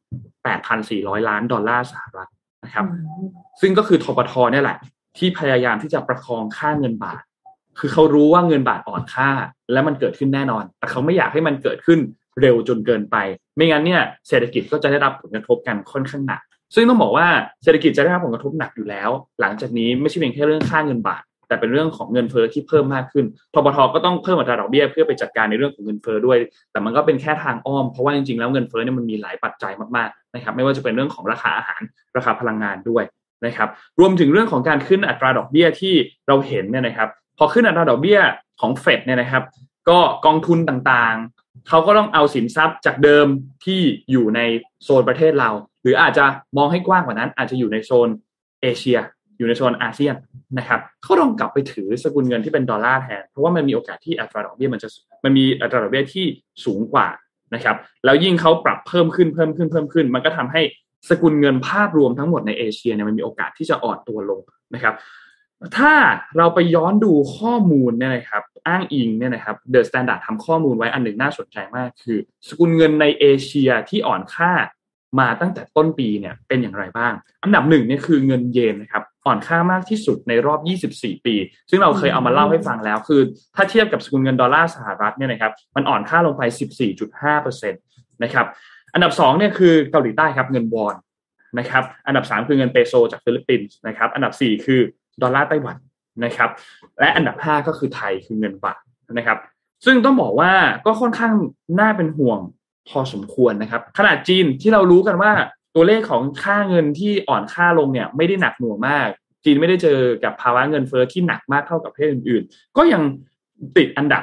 8,400 ล้านดอลลาร์สหรัฐนะครับซึ่งก็คือธปท.เนี่ยแหละที่พยายามที่จะประคองค่าเงินบาทคือเขารู้ว่าเงินบาทอ่อนค่าและมันเกิดขึ้นแน่นอนแต่เขาไม่อยากให้มันเกิดขึ้นเร็วจนเกินไปไม่งั้นเนี่ยเศรษฐกิจก็จะได้รับผลกระทบกันค่อนข้างหนักซึ่งต้องบอกว่าเศรษฐกิจจะได้รับผลกระทบหนักอยู่แล้วหลังจากนี้ไม่ใช่เพียงแค่เรื่องค่าเงินบาทแต่เป็นเรื่องของเงินเฟ้อที่เพิ่มมากขึ้นธปท.ก็ต้องเพิ่มอัตราดอกเบี้ยเพื่อไปจัดการในเรื่องของเงินเฟ้อด้วยแต่มันก็เป็นแค่ทางอ้อมเพราะว่าจริงๆแล้วเงินเฟ้อเนี่ยมันมีหลายปัจจัยมากๆนะครับไม่ว่าจะเป็นเรื่องของราคาอาหารราคาพลังงานด้วยนะครับรวมถึงเรื่องของการขึ้นอัตราดอกเบี้ยที่เราเห็นเนี่ยนะครับพอขึ้นอัตราดอกเบี้ยของเฟดเนี่ยนะครับก็กองทุนต่างๆเขาก็ต้องเอาสินทรัพย์จากเดิมที่อยู่ในโซนประเทศเราหรืออาจจะมองให้กว้างกว่านั้นอาจจะอยู่ในโซนเอเชียอยู่ในโซนอาเซียนนะครับเขาต้องกลับไปถือสกุลเงินที่เป็นดอลลาร์แทนเพราะว่ามันมีโอกาสที่อัตราดอกเบี้ยมันมีอัตราดอกเบี้ยที่สูงกว่านะครับแล้วยิ่งเขาปรับเพิ่มขึ้นมันก็ทำให้สกุลเงินภาพรวมทั้งหมดในเอเชียเนี่ยมันมีโอกาสที่จะอ่อนตัวลงนะครับถ้าเราไปย้อนดูข้อมูลเนี่ยนะครับอ้างอิงเนี่ยนะครับ The Standard ทำข้อมูลไว้อันหนึ่งน่าสนใจมากคือสกุลเงินในเอเชียที่อ่อนค่ามาตั้งแต่ต้นปีเนี่ยเป็นอย่างไรบ้างอันดับหนึ่งเนี่ยคือเงินเยนนะครับอ่อนค่ามากที่สุดในรอบ24ปีซึ่งเราเคยเอามาเล่าให้ฟังแล้วคือถ้าเทียบกับสกุลเงินดอลลาร์สหรัฐเนี่ยนะครับมันอ่อนค่าลงไป 14.5% นะครับอันดับ2เนี่ยคือเกาหลีใต้ครับเงินวอนนะครับอันดับ3คือเงินเปโซจากฟิลิปปินส์นะครับอันดับ4คือดอลลาร์ไต้หวันนะครับและอันดับ5ก็คือไทยคือเงินบาทนะครับซึ่งต้องบอกว่าก็ค่อนข้างน่าเป็นห่วงพอสมควรนะครับขนาดจีนที่เรารู้กันว่าตัวเลขของค่าเงินที่อ่อนค่าลงเนี่ยไม่ได้หนักหน่วงมากจีนไม่ได้เจอกับภาวะเงินเฟ้อที่หนักมากเท่ากับประเทศอื่นๆก็ยังติดอันดับ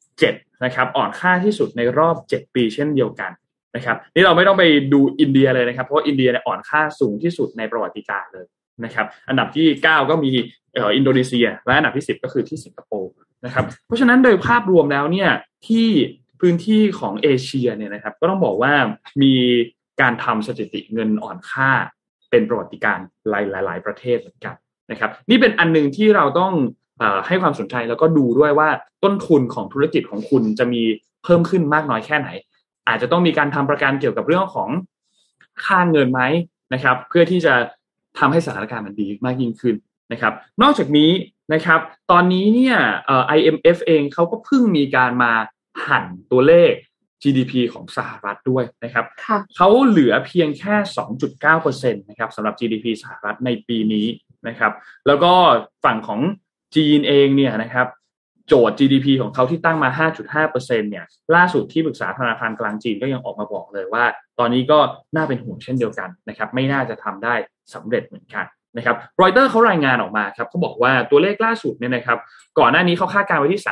7นะครับอ่อนค่าที่สุดในรอบ7ปีเช่นเดียวกันนะครับนี่เราไม่ต้องไปดูอินเดียเลยนะครับเพราะว่าอินเดียเนี่ยอ่อนค่าสูงที่สุดในประวัติการเลยนะครับอันดับที่9ก็มีอินโดนีเซียและอันดับที่10ก็คือที่สิงคโปร์นะครับเพราะฉะนั้นโดยภาพรวมแล้วเนี่ยที่พื้นที่ของเอเชียเนี่ยนะครับก็ต้องบอกว่ามีการทำสถิติเงินอ่อนค่าเป็นประวัติการหลายประเทศเหมือนกันนะครับนี่เป็นอันนึงที่เราต้องให้ความสนใจแล้วก็ดูด้วยว่าต้นทุนของธุรกิจของคุณจะมีเพิ่มขึ้นมากน้อยแค่ไหนอาจจะต้องมีการทำประกันเกี่ยวกับเรื่องของค่าเงินไหมนะครับเพื่อที่จะทำให้สถานการณ์มันดีมากยิ่งขึ้นนะครับนอกจากนี้นะครับตอนนี้เนี่ยIMF เองเขาก็เพิ่งมีการมาหั่นตัวเลข GDP ของสหรัฐด้วยนะครับเขาเหลือเพียงแค่ 2.9% นะครับสำหรับ GDP สหรัฐในปีนี้นะครับแล้วก็ฝั่งของจีนเองเนี่ยนะครับโจทย์ GDP ของเขาที่ตั้งมา 5.5% เนี่ยล่าสุดที่ปรึกษาธนาคารกลางจีนก็ยังออกมาบอกเลยว่าตอนนี้ก็น่าเป็นห่วงเช่นเดียวกันนะครับไม่น่าจะทำได้สำเร็จเหมือนกันนะครับรอยเตอร์เขารายงานออกมาครับเขาบอกว่าตัวเลขล่าสุดเนี่ยนะครับก่อนหน้านี้เขาคาดการณ์ไว้ที่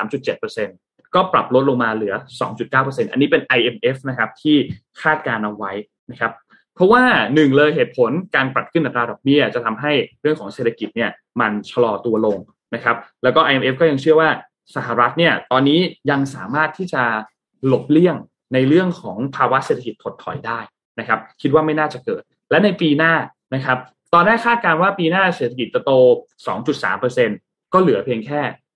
3.7% ก็ปรับลดลงมาเหลือ 2.9% อันนี้เป็น IMF นะครับที่คาดการณ์เอาไว้นะครับเพราะว่า1เลยเหตุผลการปรับขึ้นอัตราดอกเบี้ยจะทำให้เรื่องของเศรษฐกิจเนี่ยมันชะลอตัวลงนะครับแล้วก็ IMF ก็ยังเชื่อว่าสหรัฐเนี่ยตอนนี้ยังสามารถที่จะหลบเลี่ยงในเรื่องของภาวะเศรษฐกิจถดถอยได้นะครับคิดว่าไม่น่าจะเกิดและในปีหน้านะครับตอนแรกคาดการณ์ว่าปีหน้าเศรษฐกิจจะโต 2.3% ก็เหลือเพียงแค่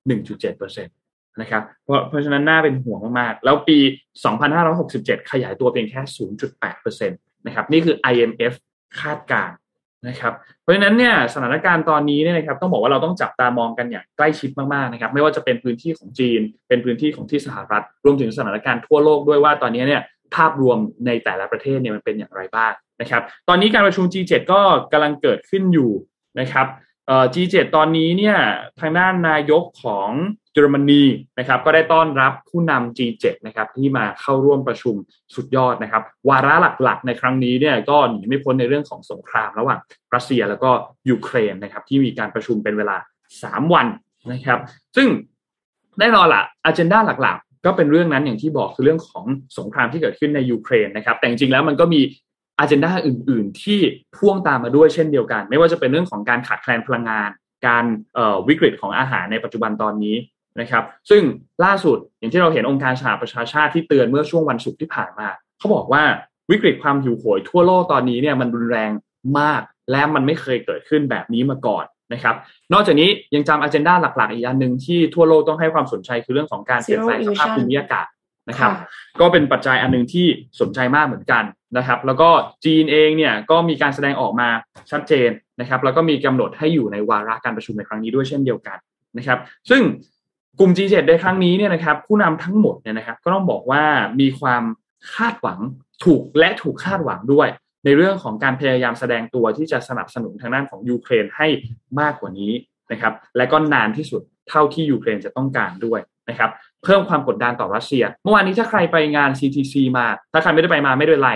1.7% นะครับเพราะฉะนั้นน่าเป็นห่วงมากๆแล้วปี 2567 ขยายตัวเพียงแค่ 0.8% นะครับนี่คือ IMF คาดการณ์นะครับเพราะฉะนั้นเนี่ยสถานการณ์ตอนนี้เนี่ยนะครับต้องบอกว่าเราต้องจับตามองกันอย่างใกล้ชิดมากๆนะครับไม่ว่าจะเป็นพื้นที่ของจีนเป็นพื้นที่ของที่สหรัฐรวมถึงสถานการณ์ทั่วโลกด้วยว่าตอนนี้เนี่ยภาพรวมในแต่ละประเทศเนี่ยมันเป็นอย่างไรบ้างนะครับตอนนี้การประชุม G7 ก็กำลังเกิดขึ้นอยู่นะครับG7 ตอนนี้เนี่ยทางด้านนายกของเยอรมนีนะครับก็ได้ต้อนรับผู้นำ G7 นะครับที่มาเข้าร่วมประชุมสุดยอดนะครับวาระหลักๆในครั้งนี้เนี่ยก็หนีไม่พ้นในเรื่องของสงครามระหว่างรัสเซียแล้วก็ยูเครนนะครับที่มีการประชุมเป็นเวลา3วันนะครับซึ่งแน่นอนล่ะอเจนดาหลักๆก็เป็นเรื่องนั้นอย่างที่บอกคือเรื่องของสงครามที่เกิดขึ้นในยูเครนนะครับแต่จริงๆแล้วมันก็มีอเจนดาอื่นๆที่พ่วงตามมาด้วยเช่นเดียวกันไม่ว่าจะเป็นเรื่องของการขาดแคลนพลังงานการวิกฤตของอาหารในปัจจุบันตอนนี้นะครับซึ่งล่าสุดอย่างที่เราเห็นองค์การสหประชาชาติที่เตือนเมื่อช่วงวันศุกร์ที่ผ่านมาเขาบอกว่าวิกฤตความหิวโหยทั่วโลกตอนนี้เนี่ยมันรุนแรงมากและมันไม่เคยเกิดขึ้นแบบนี้มาก่อนนะครับนอกจากนี้ยังจำอเจนดาหลักๆอีกอันนึงที่ทั่วโลกต้องให้ความสนใจคือเรื่องของการเปลี่ยนแปลงสภาพภูมิอากาศนะครับก็เป็นปัจจัยอันนึงที่สนใจมากเหมือนกันนะครับแล้วก็จีนเองเนี่ยก็มีการแสดงออกมาชัดเจนนะครับแล้วก็มีกำหนดให้อยู่ในวาระการประชุมในครั้งนี้ด้วยเช่นเดียวกันนะครับซึ่งกลุ่ม G7 ในครั้งนี้เนี่ยนะครับผู้นำทั้งหมดเนี่ยนะครับก็ต้องบอกว่ามีความคาดหวังถูกคาดหวังด้วยในเรื่องของการพยายามแสดงตัวที่จะสนับสนุนทางด้านของยูเครนให้มากกว่านี้นะครับและก็นานที่สุดเท่าที่ยูเครนจะต้องการด้วยนะครับเพิ่มความกดดันต่อรัสเซียเมื่อวานนี้ถ้าใครไปงาน CTC มาถ้าใครไม่ได้ไปมาไม่เป็นไร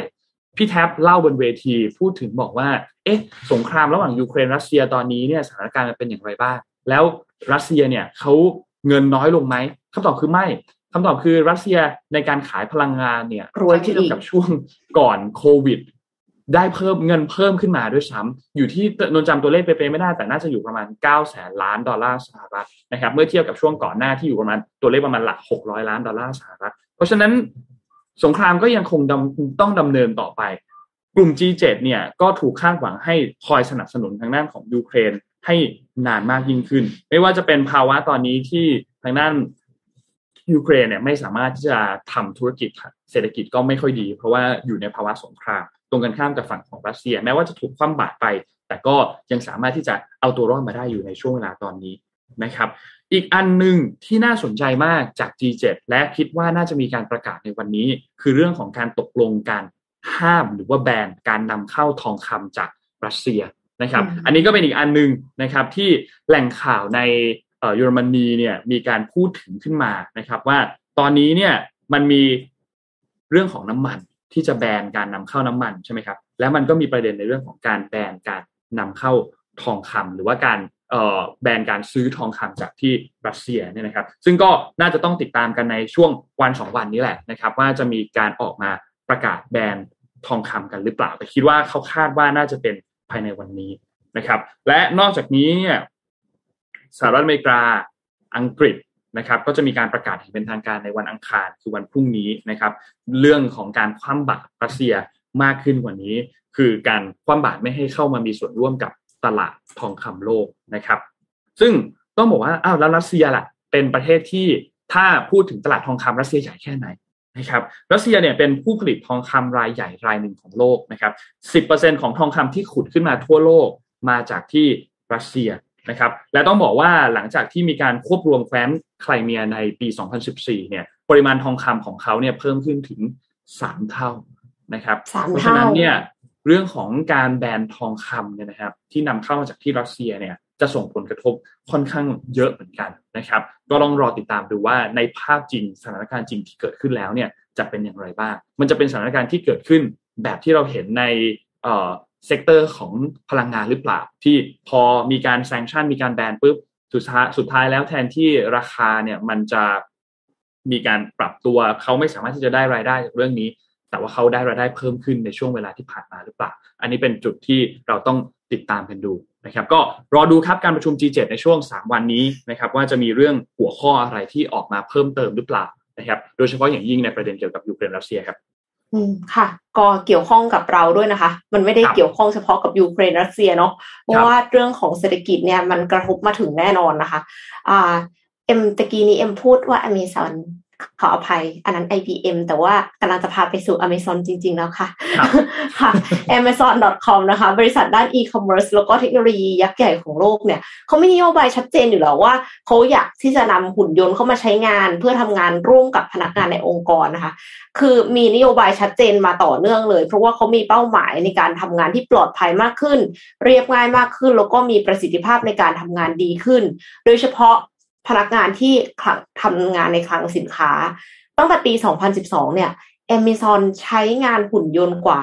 พี่แท็บเล่าบนเวทีพูดถึงบอกว่าสงครามระหว่างยูเครนรัสเซียตอนนี้เนี่ยสถานการณ์เป็นอย่างไรบ้างแล้วรัสเซียเนี่ยเขาเงินน้อยลงไหมคำตอบคือไม่คำตอบคือรัสเซียในการขายพลังงานเนี่ยเทียบกับช่วงก่อนโควิดได้เพิ่มเงินเพิ่มขึ้นมาด้วยซ้ำอยู่ที่นนจำตัวเลขเป๊ะๆไม่ได้แต่น่าจะอยู่ประมาณ$900 ล้านนะครับเมื่อเทียบกับช่วงก่อนหน้าที่อยู่ประมาณตัวเลขประมาณหลัก$600 ล้านเพราะฉะนั้นสงครามก็ยังคงต้องดำเนินต่อไปกลุ่ม G7 เนี่ยก็ถูกคาดหวังให้คอยสนับสนุนทางด้านของยูเครนให้นานมากยิ่งขึ้นไม่ว่าจะเป็นภาวะตอนนี้ที่ทางด้านยูเครนเนี่ยไม่สามารถที่จะทำธุรกิจเศรษฐกิจก็ไม่ค่อยดีเพราะว่าอยู่ในภาวะสงครามตรงกันข้ามกับฝั่งของรัสเซียแม้ว่าจะถูกคว่ำบาตรไปแต่ก็ยังสามารถที่จะเอาตัวรอดมาได้อยู่ในช่วงเวลาตอนนี้นะครับอีกอันนึงที่น่าสนใจมากจาก G7 และคิดว่าน่าจะมีการประกาศในวันนี้คือเรื่องของการตกลงการห้ามหรือว่าแบนการนำเข้าทองคำจากรัสเซียนะครับอันนี้ก็เป็นอีกอันนึงนะครับที่แหล่งข่าวในเยอรมนีเนี่ยมีการพูดถึงขึ้นมานะครับว่าตอนนี้เนี่ยมันมีเรื่องของน้ำมันที่จะแบนการนำเข้าน้ำมันใช่ไหมครับแล้วมันก็มีประเด็นในเรื่องของการแบนการนำเข้าทองคำหรือว่าการแบนการซื้อทองคำจากที่รัสเซียเนี่ยนะครับซึ่งก็น่าจะต้องติดตามกันในช่วง1-2 วันนี้แหละนะครับว่าจะมีการออกมาประกาศแบนทองคำกันหรือเปล่าแต่คิดว่าเขาคาดว่าน่าจะเป็นภายในวันนี้นะครับและนอกจากนี้เนี่ยสหรัฐอเมริกาอังกฤษนะครับก็จะมีการประกาศอย่างเป็นทางการในวันอังคารคือวันพรุ่งนี้นะครับเรื่องของการคว่ำบาตรรัสเซียมากขึ้นกว่านี้คือการคว่ำบาตรไม่ให้เข้ามามีส่วนร่วมกับตลาดทองคำโลกนะครับซึ่งต้องบอกว่าแล้วรัสเซียล่ะเป็นประเทศที่ถ้าพูดถึงตลาดทองคำรัสเซียใหญ่แค่ไหนนะครับรัสเซียเนี่ยเป็นผู้ผลิตทองคำรายใหญ่รายหนึ่งของโลกนะครับ 10% ของทองคำที่ขุดขึ้นมาทั่วโลกมาจากที่รัสเซียนะครับและต้องบอกว่าหลังจากที่มีการควบรวมแคว้นไครเมียในปี2014เนี่ยปริมาณทองคำของเขาเนี่ยเพิ่มขึ้นถึง3 เท่านะครับเพราะฉะนั้นเนี่ยเรื่องของการแบนทองคำเนี่ยนะครับที่นำเข้ามาจากที่รัสเซียเนี่ยจะส่งผลกระทบค่อนข้างเยอะเหมือนกันนะครับก็ต้องรอติดตามดูว่าในภาพจริงสถานการณ์จริงที่เกิดขึ้นแล้วเนี่ยจะเป็นอย่างไรบ้างมันจะเป็นสถานการณ์ที่เกิดขึ้นแบบที่เราเห็นในเซกเตอร์ของพลังงานหรือเปล่าที่พอมีการแซงชั่นมีการแบนปุ๊บสุดท้ายแล้วแทนที่ราคาเนี่ยมันจะมีการปรับตัวเขาไม่สามารถที่จะได้รายได้จากเรื่องนี้แต่ว่าเขาได้รายได้เพิ่มขึ้นในช่วงเวลาที่ผ่านมาหรือเปล่าอันนี้เป็นจุดที่เราต้องติดตามกันดูนะครับก็รอดูครับการประชุม G7 ในช่วง3 วันนี้นะครับว่าจะมีเรื่องหัวข้ออะไรที่ออกมาเพิ่มเติมหรือเปล่านะครับโดยเฉพาะอย่างยิ่งในประเด็นเกี่ยวกับยูเครนรัสเซียครับค่ะก็เกี่ยวข้องกับเราด้วยนะคะมันไม่ได้เกี่ยวข้องเฉพาะกับยูเครนรัสเซียเนาะเพราะว่าเรื่องของเศรษฐกิจเนี่ยมันกระทบมาถึงแน่นอนนะคะตะกี้นี้พูดว่า Amazon ขออภัยอันนั้น IBM แต่ว่ากำลังจะพาไปสู่ Amazon จริงๆแล้วค่ะค่ะ Amazon.com นะคะบริษัทด้าน e-commerce แล้วก็เทคโนโลยียักษ์ใหญ่ของโลกเนี่ยเขามีนโยบายชัดเจนอยู่แล้วว่าเขาอยากที่จะนำหุ่นยนต์เข้ามาใช้งานเพื่อทำงานร่วมกับพนักงานในองค์กรนะคะคือมีนโยบายชัดเจนมาต่อเนื่องเลยเพราะว่าเขามีเป้าหมายในการทำงานที่ปลอดภัยมากขึ้นเรียบง่ายมากขึ้นแล้วก็มีประสิทธิภาพในการทำงานดีขึ้นโดยเฉพาะพนักงานที่ทำงานในคลังสินค้าตั้งแต่ปี 2012 เนี่ย Amazon ใช้งานหุ่นยนต์กว่า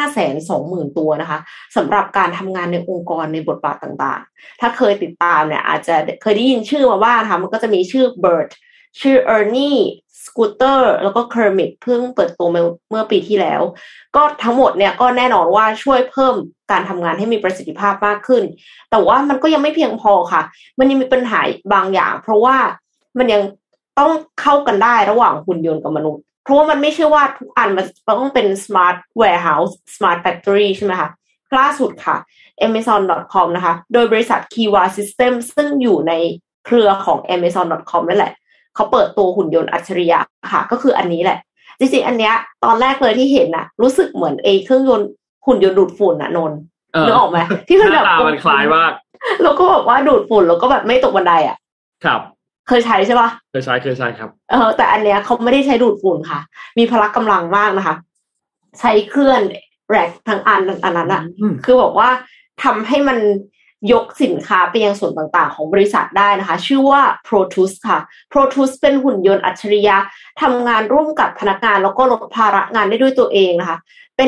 520,000 ตัวนะคะสำหรับการทำงานในองค์กรในบทบาทต่างๆถ้าเคยติดตามเนี่ยอาจจะเคยได้ยินชื่อมาบ้างนะคะมันก็จะมีชื่อ Bert ชื่อ Ernie Scooter แล้วก็ Kermit เพิ่งเปิดตัวเมื่อปีที่แล้วก็ทั้งหมดเนี่ยก็แน่นอนว่าช่วยเพิ่มการทำงานให้มีประสิทธิภาพมากขึ้นแต่ว่ามันก็ยังไม่เพียงพอค่ะมันยังมีปัญหาบางอย่างเพราะว่ามันยังต้องเข้ากันได้ระหว่างหุ่นยนต์กับมนุษย์เพราะว่ามันไม่ใช่ว่าทุกอันมันต้องเป็น smart warehouse smart factory ใช่ไหมคะล่าสุดค่ะ Amazon.com นะคะโดยบริษัท Kiwa System ซึ่งอยู่ในเครือของ Amazon.com นั่นแหละเขาเปิดตัวหุ่นยนต์อัจฉริยะค่ะก็คืออันนี้แหละจริงๆอันเนี้ยตอนแรกเลยที่เห็นน่ะรู้สึกเหมือนเครื่องยนต์หุ่นยนต์ดูดฝุ่นน่ะนนนึกออกไหมที่มันแบบมันคล้ายมากแล้วก็แบบว่าดูดฝุ่นแล้วก็แบบไม่ตกบันไดอ่ะครับเคยใช้ใช่ปะเคยใช้ครับแต่อันเนี้ยเขาไม่ได้ใช้ดูดฝุ่นค่ะมีพละกำลังมากนะคะใช้เคลื่อนแรกทั้งอันนั้นอ่ะคือบอกว่าทำให้มันยกสินค้าไปยังส่วนต่างๆของบริษัทได้นะคะชื่อว่า Protus ค่ะ Protus เป็นหุ่นยนต์อัจฉริยะทำงานร่วมกับพนักงานแล้วก็ลดภาระงานได้ด้วยตัวเองนะคะเป็น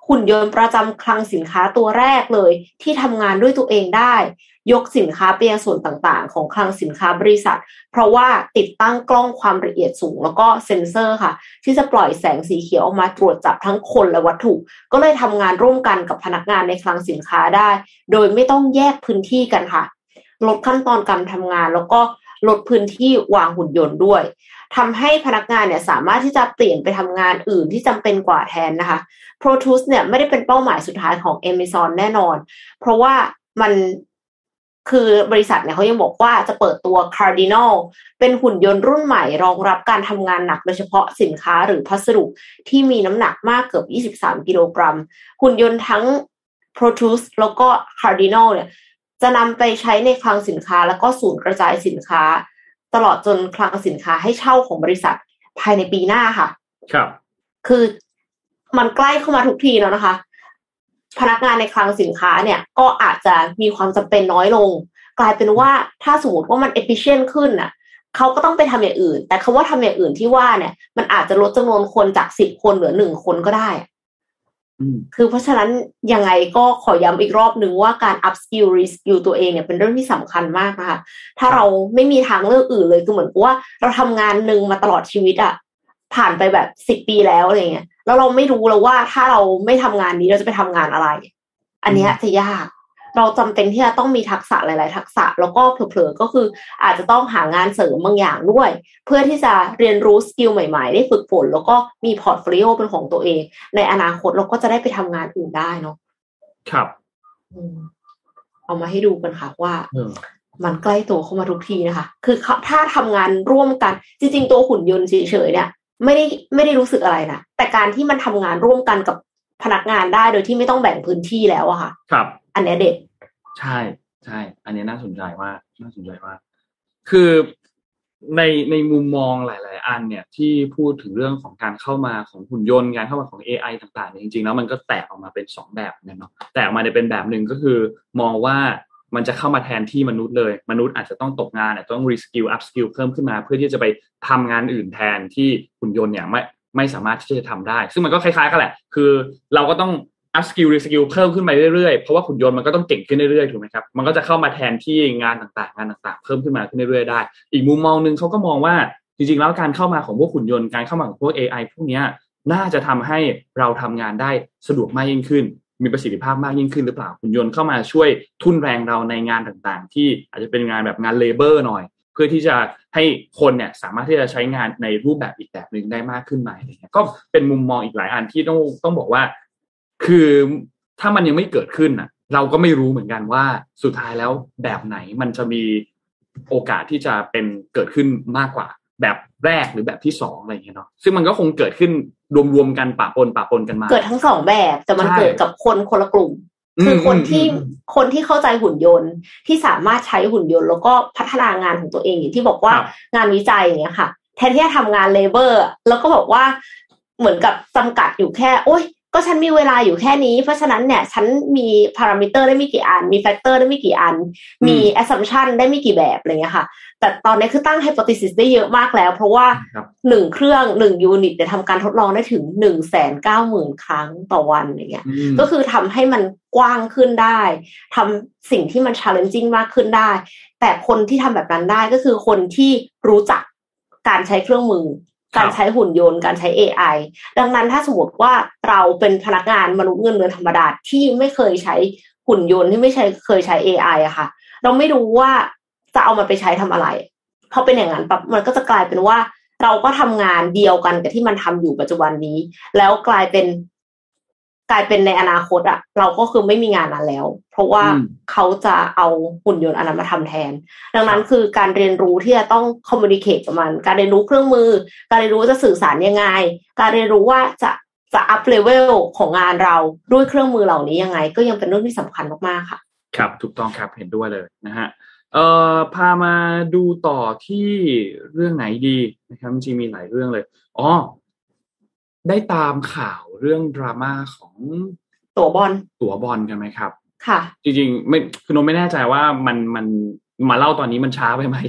หุ่นยนต์ประจำคลังสินค้าตัวแรกเลยที่ทำงานด้วยตัวเองได้ยกสินค้าไปยังส่วนต่างๆของคลังสินค้าบริษัทเพราะว่าติดตั้งกล้องความละเอียดสูงแล้วก็เซ็นเซอร์ค่ะที่จะปล่อยแสงสีเขียวออกมาตรวจจับทั้งคนและวัตถุก็เลยทำงานร่วมกันกับพนักงานในคลังสินค้าได้โดยไม่ต้องแยกพื้นที่กันค่ะลดขั้นตอนการทำงานแล้วก็ลดพื้นที่วางหุ่นยนต์ด้วยทำให้พนักงานเนี่ยสามารถที่จะเปลี่ยนไปทำงานอื่นที่จำเป็นกว่าแทนนะคะ Pro Tools เนี่ยไม่ได้เป็นเป้าหมายสุดท้ายของ Amazon แน่นอนเพราะว่ามันคือบริษัทเนี่ยเขายังบอกว่าจะเปิดตัว Cardinal เป็นหุ่นยนต์รุ่นใหม่รองรับการทำงานหนักโดยเฉพาะสินค้าหรือพัสดุที่มีน้ำหนักมากเกือบ23กิโลกรัมหุ่นยนต์ทั้ง Pro Tools แล้วก็ Cardinal เนี่ยจะนำไปใช้ในคลังสินค้าแล้วก็ศูนย์กระจายสินค้าตลอดจนคลังสินค้าให้เช่าของบริษัทภายในปีหน้าค่ะครับคือมันใกล้เข้ามาทุกทีแล้วนะคะพนักงานในคลังสินค้าเนี่ยก็อาจจะมีความจำเป็นน้อยลงกลายเป็นว่าถ้าสมมติว่ามัน efficient ขึ้นน่ะเขาก็ต้องไปทำอย่างอื่นแต่คำว่าทำอย่างอื่นที่ว่าเนี่ยมันอาจจะลดจำนวนคนจาก10คนเหลือ1คนก็ได้คือเพราะฉะนั้นยังไงก็ขอย้ำอีกรอบนึงว่าการ up skill re skill ตัวเองเนี่ยเป็นเรื่องที่สำคัญมากนะคะถ้าเราไม่มีทางเลือกอื่นเลยคือเหมือนกับว่าเราทำงานนึงมาตลอดชีวิตอะผ่านไปแบบ10 ปีแล้วอะไรเงี้ยแล้วเราไม่รู้แล้วว่าถ้าเราไม่ทำงานนี้เราจะไปทำงานอะไรอันนี้จะยากเราจำเป็นที่จะต้องมีทักษะหลายๆทักษะแล้วก็เผลอๆก็คืออาจจะต้องหางานเสริมบางอย่างด้วยเพื่อที่จะเรียนรู้สกิลใหม่ๆได้ฝึกฝนแล้วก็มีพอร์ตโฟลิโอเป็นของตัวเองในอนาคตเราก็จะได้ไปทำงานอื่นได้เนาะครับเอามาให้ดูกันค่ะว่ามันใกล้ตัวเข้ามาทุกทีนะคะคือถ้าทำงานร่วมกันจริงๆตัวหุ่นยนต์เฉยๆเนี่ยไม่ได้รู้สึกอะไรนะแต่การที่มันทำงานร่วมกันกับพนักงานได้โดยที่ไม่ต้องแบ่งพื้นที่แล้วอะค่ะครับอันนี้เด็ดใช่ใช่อันนี้น่าสนใจมากคือในมุมมองหลายๆอันเนี่ยที่พูดถึงเรื่องของการเข้ามาของหุ่นยนต์การเข้ามาของ AI ต่างๆจริงๆแล้วมันก็แตกออกมาเป็น2แบบเนี่ยเนาะแตกออกมาเป็นแบบนึงก็คือมองว่ามันจะเข้ามาแทนที่มนุษย์เลยมนุษย์อาจจะต้องตกงานต้อง reskill upskill เพิ่มขึ้นมาเพื่อที่จะไปทำงานอื่นแทนที่หุ่นยนต์เนี่ยไม่สามารถที่จะทำได้ซึ่งมันก็คล้ายๆกันแหละคือเราก็ต้องupskill reskill เพิ่มขึ้นไปเรื่อยๆเพราะว่าหุ่นยนต์มันก็ต้องเก่งขึ้นเรื่อยๆถูกไหมครับมันก็จะเข้ามาแทนที่งานต่างๆเพิ่มขึ้นมาขึ้นเรื่อยๆได้อีกมุมมองนึงเขาก็มองว่าจริงๆแล้วการเข้ามาของพวกหุ่นยนต์การเข้ามาของพวก AI พวกนี้น่าจะทำให้เราทำงานได้สะดวกมากยิ่งขึ้นมีประสิทธิภาพมากยิ่งขึ้นหรือเปล่าหุ่นยนต์เข้ามาช่วยทุ่นแรงเราในงานต่างๆที่อาจจะเป็นงานแบบงานเลเบอร์หน่อยเพื่อที่จะให้คนเนี่ยสามารถที่จะใช้งานในรูปแบบอีกแบบนึงได้มากขึ้นไหมก็เป็นมุมมองอีกหลายอันที่ต้องบอกว่าคือถ้ามันยังไม่เกิดขึ้นน่ะเราก็ไม่รู้เหมือนกันว่าสุดท้ายแล้วแบบไหนมันจะมีโอกาสที่จะเป็นเกิดขึ้นมากกว่าแบบแรกหรือแบบที่2อะไรอย่างเงี้ยเนาะซึ่งมันก็คงเกิดขึ้นรวมๆกันปะปนกันมาเกิดทั้ง2แบบแต่มันเกิดกับคนละกลุ่มคือคนที่เข้าใจหุ่นยนต์ที่สามารถใช้หุ่นยนต์แล้วก็พัฒนางานของตัวเองอย่างที่บอกว่างานวิจัยอย่างเงี้ยค่ะแทนที่จะทำงานเลเบอร์แล้วก็บอกว่าเหมือนกับจำกัดอยู่แค่โอ๊ยก็ฉันมีเวลาอยู่แค่นี้เพราะฉะนั้นเนี่ยฉันมีพารามิเตอร์ได้ไม่กี่อันมีแฟกเตอร์ได้ไม่กี่อันมีแอสซัมชันได้ไม่กี่แบบอะไรเงี้ยค่ะแต่ตอนนี้คือตั้งไฮโพทีซิสได้เยอะมากแล้วเพราะว่า1เครื่อง1ยูนิตเนี่ยทำการทดลองได้ถึง 190,000 ครั้งต่อวันอย่างเงี้ยก็คือทำให้มันกว้างขึ้นได้ทำสิ่งที่มัน challenging มากขึ้นได้แต่คนที่ทำแบบนั้นได้ก็คือคนที่รู้จักการใช้เครื่องมือการใช้หุ่นยนต์การใช้ AI ดังนั้นถ้าสมมติว่าเราเป็นพนักงานมนุษย์เงินเดือนธรรมดาที่ไม่เคยใช้หุ่นยนต์ที่ไม่เคยใช้ AI อะค่ะเราไม่รู้ว่าจะเอามันไปใช้ทำอะไรพอเป็นอย่างนั้นปั๊บมันก็จะกลายเป็นว่าเราก็ทำงานเดียวกันกับที่มันทำอยู่ปัจจุบันนี้แล้วกลายเป็นในอนาคตอะเราก็คือไม่มีงานนั้นแล้วเพราะว่าเขาจะเอาหุ่นยนต์อันนั้นมาทำแทนดังนั้นคือการเรียนรู้ที่จะต้องคอมมูนิเคตกับมันการเรียนรู้เครื่องมือการเรียนรู้จะสื่อสารยังไงการเรียนรู้ว่าจะอัพเลเวลของงานเราด้วยเครื่องมือเหล่านี้ยังไงก็ยังเป็นเรื่องที่สำคัญมากๆค่ะครับถูกต้องครับเห็นด้วยเลยนะฮะพามาดูต่อที่เรื่องไหนดีนะครับจริงมีหลายเรื่องเลยได้ตามข่าวเรื่องดราม่าของตั๋วบอลกันไหมครับค่ะจริงๆไม่คือโนไม่แน่ใจว่ามันมาเล่าตอนนี้มันช้าไปไหม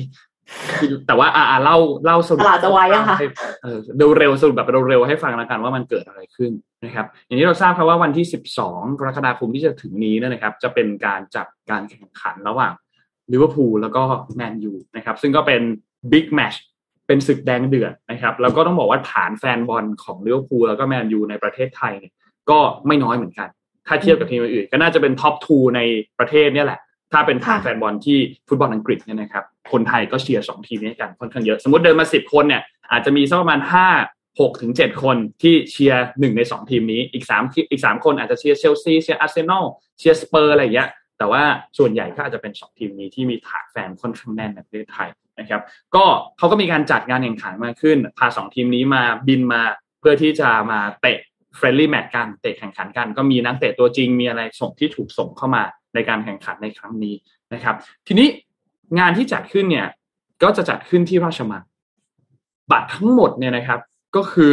แต่ว่าเล่าสรุปตลาดจะไว้ยังคะเร็วสรุปแบบเร็วให้ฟังแล้วกันว่ามันเกิดอะไรขึ้นนะครับอย่างนี้เราทราบครับว่าวันที่12กรกฎาคมที่จะถึงนี้นะครับจะเป็นการจัดการแข่งขันระหว่างลิเวอร์พูลแล้วก็แมนยูนะครับซึ่งก็เป็นบิ๊กแมตช์เป็นศึกแดงเดือดนะครับแล้วก็ต้องบอกว่าฐานแฟนบอลของลิเวอร์พูลแล้วก็แมนยูในประเทศไทยเนี่ยก็ไม่น้อยเหมือนกันถ้าเทียบกับทีมอื่นก็น่าจะเป็นท็อป2ในประเทศเนี่ยแหละถ้าเป็นฐานแฟนบอลที่ฟุตบอลอังกฤษเนี่ยนะครับคนไทยก็เชียร์2ทีมนี้กันค่อนข้างเยอะสมมติเดินมา10คนเนี่ยอาจจะมีสักประมาณ6 ถึง 7คนที่เชียร์1ใน2ทีมนี้อีก3คนอาจจะเชียร์เชลซีเชียร์อาร์เซนอลเชียร์สเปอร์อะไรอย่างเงี้ยแต่ว่าส่วนใหญ่ก็อาจจะเป็น2ทีมนี้ที่มีฐานแฟนค่อนข้างแน่นในประเทศไทยนะครับก็เขาก็มีการจัดงานแข่งขันมาขึ้นพา2ทีมนี้มาบินมาเพื่อที่จะมาเตะเฟรนลี่แมตช์กันเตะแข่งขันกันก็มีนักเตะตัวจริงมีอะไรที่ถูกส่งเข้ามาในการแข่งขันในครั้งนี้นะครับทีนี้งานที่จัดขึ้นเนี่ยก็จะจัดขึ้นที่ราชมังบัตรทั้งหมดเนี่ยนะครับก็คือ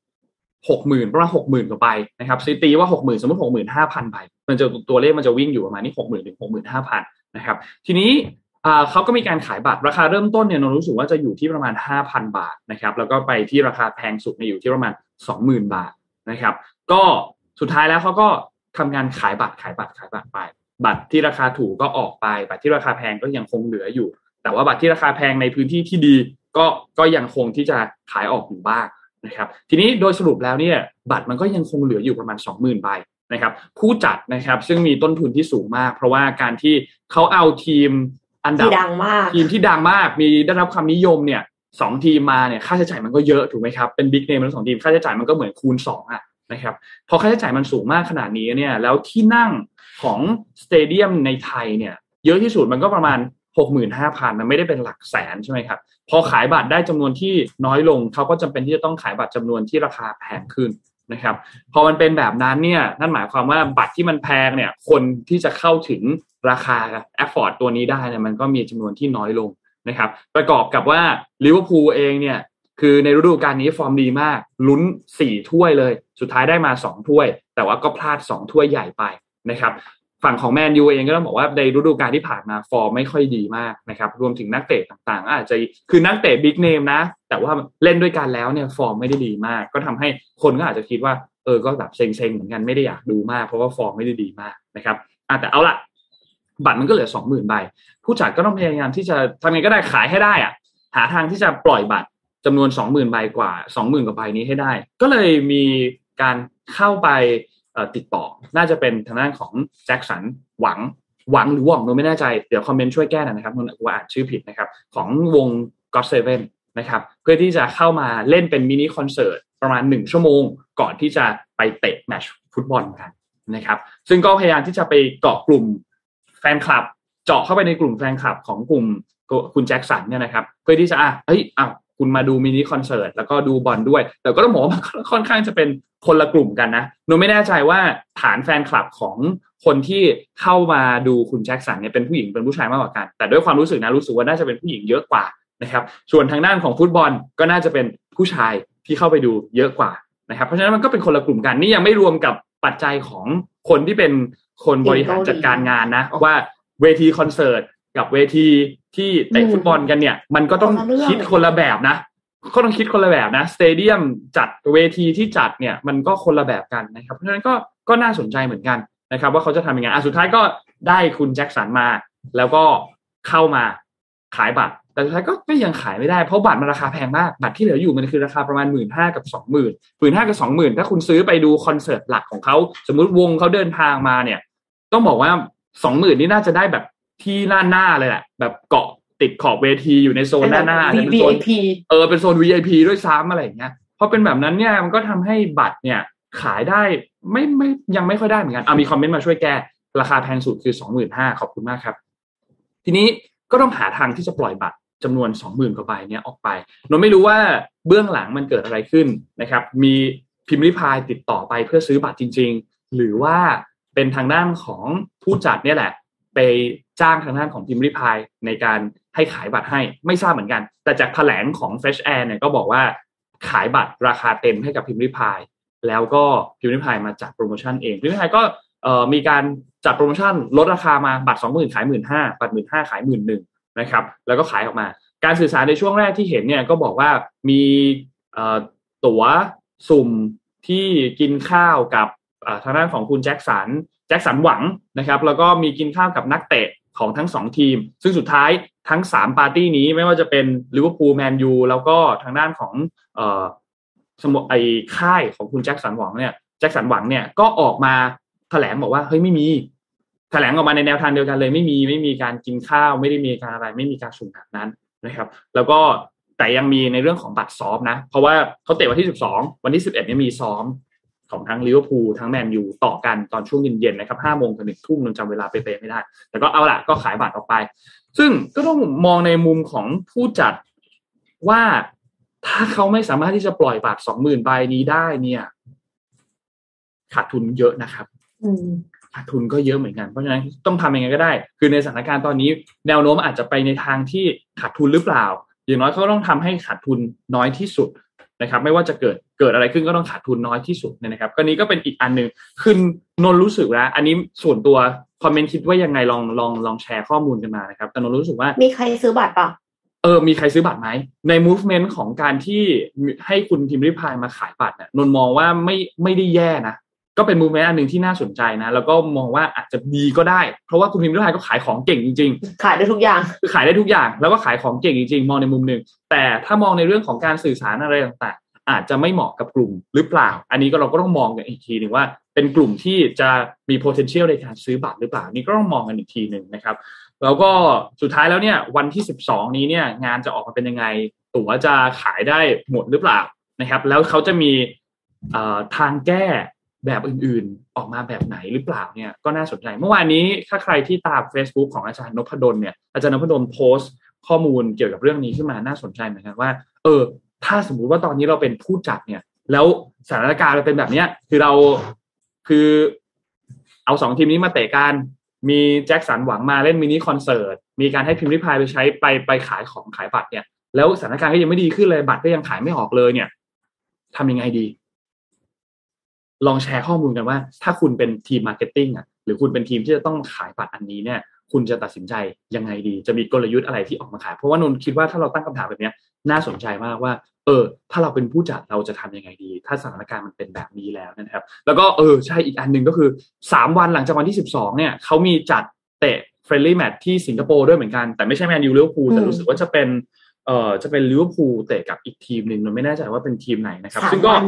60,000 ประมาณ 60,000 กว่าใบนะครับซีตีว่า 60,000 สมมุติ 65,000 ใบมันจะตัวเลขมันจะวิ่งอยู่ประมาณนี้ 60,000 ถึง 65,000 นะครับทีนี้เขาก็มีการขายบัตรราคาเริ่มต้นเนี่ยเรารู้สึกว่าจะอยู่ที่ประมาณ 5,000 บาทนะครับแล้วก็ไปที่ราคาแพงสุดเนี่ยอยู่ที่ประมาณ 20,000 บาทนะครับก็สุดท้ายแล้วเขาก็ทำงานขายบัตรไปบัตรที่ราคาถูกก็ออกไปบัตรที่ราคาแพงก็ยังคงเหลืออยู่แต่ว่าบัตรที่ราคาแพงในพื้นที่ที่ดีก็ยังคงที่จะขายออกอยู่บ้างนะครับทีนี้โดยสรุปแล้วเนี่ยบัตรมันก็ยังคงเหลืออยู่ประมาณ 20,000 ใบนะครับผู้จัดนะครับซึ่งมีต้นทุนที่สูงมากเพราะว่าการที่เขาเอาทีมอันดับทีมที่ดังมากมีได้รับความนิยมเนี่ย2ทีมมาเนี่ยค่าใช้จ่ายมันก็เยอะถูกไหมครับเป็นบิ๊กเนมทั้ง2ทีมค่าใช้จ่ายมันก็เหมือนคูณ2อ่ะนะครับพอค่าใช้จ่ายมันสูงมากขนาดนี้เนี่ยแล้วที่นั่งของสเตเดียมในไทยเนี่ยเยอะที่สุดมันก็ประมาณ 65,000 มันไม่ได้เป็นหลักแสนใช่ไหมครับพอขายบัตรได้จำนวนที่น้อยลงเขาก็จำเป็นที่จะต้องขายบัตรจำนวนที่ราคาแพงขึ้นนะครับพอมันเป็นแบบนั้นเนี่ยนั่นหมายความว่าบัตรที่มันแพงเนี่ยคนที่จะเข้าถึงราคาแอฟฟอร์ดตัวนี้ได้เนี่ยมันก็มีจำนวนที่น้อยลงนะครับประกอบกับว่าลิเวอร์พูลเองเนี่ยคือในฤดูกาลนี้ฟอร์มดีมากลุ้น4ถ้วยเลยสุดท้ายได้มา2ถ้วยแต่ว่าก็พลาด2ถ้วยใหญ่ไปนะครับฝั่งของแมนยูเองก็ต้องบอกว่าในฤดูกาลที่ผ่านมาฟอร์มไม่ค่อยดีมากนะครับรวมถึงนักเตะต่างๆอาจจะคือนักเตะบิ๊กเนมนะแต่ว่าเล่นด้วยกันแล้วเนี่ยฟอร์มไม่ได้ดีมากก็ทำให้คนก็อาจจะคิดว่าก็แบบเซ็งๆเหมือนกันไม่ได้อยากดูมากเพราะว่าฟอร์มไม่ได้ดีมากนะครับแต่เอาละบัตรมันก็เหลือ 20,000 ใบผู้จัดก็ต้องพยายามที่จะทำยังไงก็ได้ขายให้ได้อะหาทางที่จะปล่อยบัตรจำนวน 20,000 ใบกว่า 20,000 กว่าใบนี้ให้ได้ก็เลยมีการเข้าไปติดต่อน่าจะเป็นทางด้านของแจ็คสันหวังหรือหว่องโดยไม่แน่ใจเดี๋ยวคอมเมนต์ช่วยแก้หน่อยนะครับว่าอ่านชื่อผิดนะครับของวง GOT7 นะครับเพื่อที่จะเข้ามาเล่นเป็นมินิคอนเสิร์ตประมาณ1ชั่วโมงก่อนที่จะไปเตะแมตช์ฟุตบอลกันนะครับซึ่งก็พยายามที่จะไปเกาะกลุ่มแฟนคลับเจาะเข้าไปในกลุ่มแฟนคลับของกลุ่มคุณแจ็คสันเนี่ยนะครับเพื่อที่จะคุณมาดูมินิคอนเสิร์ตแล้วก็ดูบอลด้วยแต่ก็ต้องบอกว่ามันค่อนข้างจะเป็นคนละกลุ่มกันนะหนูไม่แน่ใจว่าฐานแฟนคลับของคนที่เข้ามาดูคุณแจ็คสันเนี่ยเป็นผู้หญิงเป็นผู้ชายมากกว่ากันแต่ด้วยความรู้สึกนะรู้สึกว่าน่าจะเป็นผู้หญิงเยอะกว่านะครับส่วนทางด้านของฟุตบอลก็น่าจะเป็นผู้ชายที่เข้าไปดูเยอะกว่านะครับเพราะฉะนั้นมันก็เป็นคนละกลุ่มกันนี่ยังไม่รวมกับปัจจัยของคนที่เป็นคนบริหารจัดการงานนะว่าเวทีคอนเสิร์ตกับเวทีที่เตะฟุตบอลกันเนี่ยมันก็ต้องคิดคนละแบบนะก็ต้องคิดคนละแบบนะสเตเดียมจัดเวทีที่จัดเนี่ยมันก็คนละแบบกันนะครับเพราะฉะนั้นก็น่าสนใจเหมือนกันนะครับว่าเขาจะทำยังไงสุดท้ายก็ได้คุณแจ็คสันมาแล้วก็เข้ามาขายบัตรแต่สุดท้ายก็ยังขายไม่ได้เพราะบัตรมันราคาแพงมากบัตรที่เหลืออยู่มันคือราคาประมาณ 15,000 กับ 20,000 15,000 กับ 20,000 ถ้าคุณซื้อไปดูคอนเสิร์ตหลักของเขาสมมุติวงเขาเดินทางมาเนี่ยต้องบอกว่า 20,000 นี่น่าจะได้แบบที่หน้าเลยแหละแบบเกาะติดขอบเวทีอยู่ในโซนด้านหน้าเป็นโซน VIP เป็นโซน VIP ด้วยซ้ำอะไรอย่างเงี้ยพอเป็นแบบนั้นเนี่ยมันก็ทำให้บัตรเนี่ยขายได้ไม่ยังไม่ค่อยได้เหมือนกันมีคอมเมนต์มาช่วยแก้ราคาแพงสุดคือ 25,000 ขอบคุณมากครับทีนี้ก็ต้องหาทางที่จะปล่อยบัตรจำนวน 20,000 กว่าใบเนี้ยออกไปหนูไม่รู้ว่าเบื้องหลังมันเกิดอะไรขึ้นนะครับมีพิมพ์ริพายติดต่อไปเพื่อซื้อบัตรจริงๆหรือว่าเป็นทางด้านของผู้จัดเนี่ยแหละไปจ้างทางด้านของพิมพ์ริพายในการให้ขายบัตรให้ไม่ทราบเหมือนกันแต่จากแถลงของ Fresh Air เนี่ยก็บอกว่าขายบัตรราคาเต็มให้กับพิมพ์ริพายแล้วก็พิมพ์ริพายมาจัดโปรโมชั่นเองพิมพ์ริพายก็มีการจัดโปรโมชั่นลดราคามาบัตร 20,000 ขาย 15,000 บัตร 15,000 ขาย 11,000 นะครับแล้วก็ขายออกมาการสื่อสารในช่วงแรกที่เห็นเนี่ยก็บอกว่ามีตั๋วสุ่มที่กินข้าวกับทางด้านของคุณแจ็คสันหวังนะครับแล้วก็มีกินข้าวกับนักเตะของทั้ง2ทีมซึ่งสุดท้ายทั้ง3ปาร์ตี้นี้ไม่ว่าจะเป็นลิเวอร์พูลแมนยูแล้วก็ทางด้านของค่ายของคุณแจ็คสันหวังเนี่ยก็ออกมาแถลงบอกว่าเฮ้ยไม่มีแถลงออกมาในแนวทางเดียวกันเลยไม่มีการกินข้าวไม่ได้มีการอะไรไม่มีการสุ่มแบบนั้นนะครับแล้วก็แต่ยังมีในเรื่องของบัตรซ้อมนะเพราะว่าเขาเตะวันที่12วันที่11เนี่ยมีซ้อมของทั้งลิเวอร์พูลทั้งแมนยูต่อกันตอนช่วงเย็นๆนะครับ 5:00 น. ถึง 1:00 น. จำเวลาเป๊ะๆไม่ได้แต่ก็เอาล่ะก็ขายบัตรออกไปซึ่งก็ต้องมองในมุมของผู้จัดว่าถ้าเขาไม่สามารถที่จะปล่อยบัตร 20,000 ใบนี้ได้เนี่ยขาดทุนเยอะนะครับขาดทุนก็เยอะเหมือนกันเพราะฉะนั้นต้องทำยังไงก็ได้คือในสถานการณ์ตอนนี้แนวโน้มอาจจะไปในทางที่ขาดทุนหรือเปล่าอย่างน้อยเขาต้องทำให้ขาดทุนน้อยที่สุดนะครับไม่ว่าจะเกิดอะไรขึ้นก็ต้องขาดทุนน้อยที่สุดนะครับก็นี้ก็เป็นอีกอันนึงคือนนรู้สึกแล้วอันนี้ส่วนตัวคอมเมนต์คิดว่ายังไงลองแชร์ข้อมูลกันมานะครับแต่นนรู้สึกว่ามีใครซื้อบัตรป่ะมีใครซื้อบัตรไหมใน movement ของการที่ให้คุณพิมพ์ริพายมาขายบัตรเนี่ยนนมองว่าไม่ได้แย่นะก็เป็น movement อันนึงที่น่าสนใจนะแล้วก็มองว่าอาจจะดีก็ได้เพราะว่าคุณพิมพ์ริพายก็ขายของเก่งจริงๆขายได้ทุกอย่างคือขายได้ทุกอย่างแล้วก็ขายของเก่งจริงๆมองในมุมนึงแต่ถ้ามองในเรื่องของการสื่อสารอะไรต่างๆอาจจะไม่เหมาะกับกลุ่มหรือเปล่าอันนี้ก็เราก็ต้องมองกันอีกทีนึงว่าเป็นกลุ่มที่จะมี potential ในการซื้อบัตรหรือเปล่านี่ก็ต้องมองกันอีกทีนึงนะครับแล้วก็สุดท้ายแล้วเนี่ยวันที่12นี้เนี่ยงานจะออกมาเป็นยังไงตั๋วจะขายได้หมดหรือเปล่านะครับแล้วเขาจะมีทางแก้แบบอื่นๆออกมาแบบไหนหรือเปล่าเนี่ยก็น่าสนใจเมื่อวานนี้ถ้าใครที่ตาม Facebook ของอาจารย์นพดลเนี่ยอาจารย์นพดลโพสต์ข้อมูลเกี่ยวกับเรื่องนี้ขึ้นมาน่าสนใจเหมือนกันว่าถ้าสมมุติว่าตอนนี้เราเป็นผู้จัดเนี่ยแล้วสถานการณ์มันเป็นแบบนี้คือเอา2ทีมนี้มาเตะกันมีแจ็คสันหวังมาเล่นมินิคอนเสิร์ตมีการให้พิมพ์ริพายไปใช้ไปขายของขายบัตรเนี่ยแล้วสถานการณ์ก็ยังไม่ดีขึ้นเลยบัตรก็ยังขายไม่ออกเลยเนี่ยทำยังไงดีลองแชร์ข้อมูลกันว่าถ้าคุณเป็นทีมมาร์เก็ตติ้งหรือคุณเป็นทีมที่จะต้องขายบัตรอันนี้เนี่ยคุณจะตัดสินใจยังไงดีจะมีกลยุทธ์อะไรที่ออกมาขายเพราะว่านนท์คิดว่าถ้าเราตั้งคำถามแบบนี้น่าสนใจมากว่าถ้าเราเป็นผู้จัดเราจะทำยังไงดีถ้าสถานการณ์มันเป็นแบบนี้แล้วนะครับแล้วก็ใช่อีกอันนึงก็คือ3วันหลังจากวันที่12เนี่ยเขามีจัดเตะเฟรนลี่แมตช์ที่สิงคโปร์ด้วยเหมือนกันแต่ไม่ใช่แมนยูลิเวอร์พูลแต่รู้สึกว่าจะเป็นลิเวอร์พูลเตะกับอีกทีมนึงนนท์ไม่แน่ใจว่าเป็นทีมไหนนะครับซึ่งก็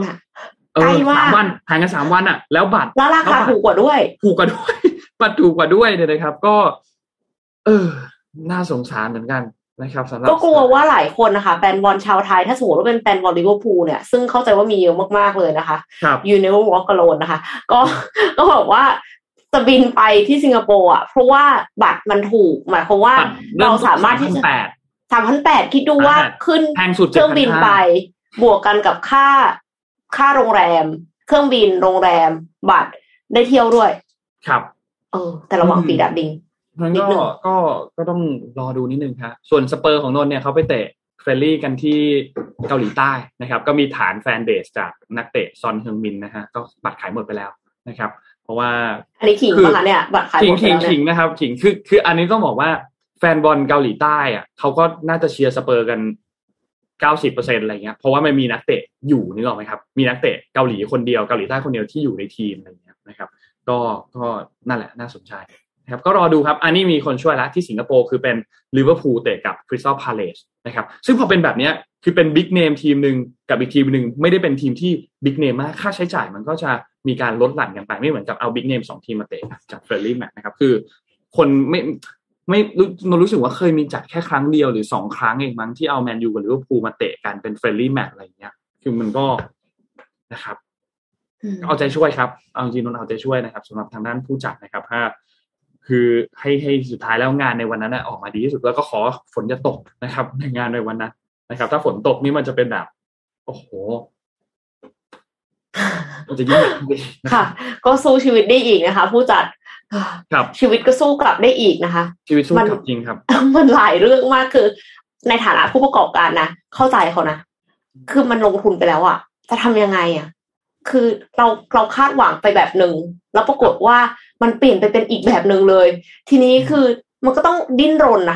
3 วันห่างกัน3 วันแล้วบัตรราคาถูกกว่าด้วยบัตรถูกกว่าด้วยเนี่ยนะครับก็น่าสงสารเหมือนกันนะครับสำหรับก็กลัวว่าหลายคนนะคะแฟนบอลชาวไทยถ้าสมมติว่าเป็นแฟนบอลลิเวอร์พูลเนี่ยซึ่งเข้าใจว่ามีเยอะมากๆเลยนะคะ You Never Walk Alone นะคะก็บอกว่าจะบินไปที่สิงคโปร์เพราะว่าบัตรมันถูกหมายความว่าเราสามารถที่จะ3,800คิดดูว่าขึ้นเครื่องบินไปบวกกันกับค่าโรงแรมเครื่องบินโรงแรมบัตรได้เที่ยวด้วยครับแต่ระวังปีดับดิงก็ต้องรอดูนิดนึงครับส่วนสเปอร์ของนนท์เนี่ยเขาไปเตะเฟรนลี่กันที่เกาหลีใต้นะครับก็มีฐานแฟนเบสจากนักเตะซอนเฮิงมินนะฮะก็บัตรขายหมดไปแล้วนะครับเพราะว่าอันนี้ขิงป่ะคะเนี่ยบัตรขายหมดแล้วขิงนะครับขิงคืออันนี้ต้องบอกว่าแฟนบอลเกาหลีใต้เขาก็น่าจะเชียร์สเปอร์กัน 90% อะไรเงี้ยเพราะว่ามันมีนักเตะอยู่นี่หรอไหมครับมีนักเตะเกาหลีคนเดียวเกาหลีใต้คนเดียวที่อยู่ในทีมอะไรเงี้ยนะครับก็นั่นแหละน่าสนใจครับก็รอดูครับอันนี้มีคนช่วยแล้วที่สิงคโปร์คือเป็นลิเวอร์พูลเตะกับคริสตัลพาเลซนะครับซึ่งพอเป็นแบบนี้คือเป็นบิ๊กเนมทีมนึงกับอีกทีมนึงไม่ได้เป็นทีมที่บิ๊กเนมมากค่าใช้จ่ายมันก็จะมีการลดหลั่นกันไปไม่เหมือนกับเอาบิ๊กเนม2ทีมมาเตะจากเฟรนลี่แมตช์นะครับคือคนไม่รู้สึกว่าเคยมีจัดแค่ครั้งเดียวหรือ2ครั้งเองมั้งที่เอาแมนยูกับลิเวอร์พูลมาเตะกันเป็นเฟรนลี่แมตช์อะไรอย่างเงี้ยคือมันก็นะครับเอาใจช่วยครับเอาจริงๆเอาใจช่วยนะครับสำหรับทางด้านผู้จัดนะครับถ้าคือให้สุดท้ายแล้วงานในวันนั้นออกมาดีที่สุดแล้วก็ขอฝนจะตกนะครับในงานในวันนั้นนะครับถ้าฝนตกนี่มันจะเป็นแบบโอ้โหมันจะยิ่งหนักเลยค่ะก็สู้ชีวิตได้อีกนะคะผู้จัดชีวิตก็สู้กลับได้อีกนะคะชีวิตสู้กลับจริงครับมันหลายเรื่องมากคือในฐานะผู้ประกอบการนะเข้าใจเขานะคือมันลงทุนไปแล้วจะทำยังไงคือเราคาดหวังไปแบบนึงแล้วปรากฏว่ามันเปลี่ยนไปเป็นอีกแบบนึงเลยทีนี้คือมันก็ต้องดิ้นรนนะคะ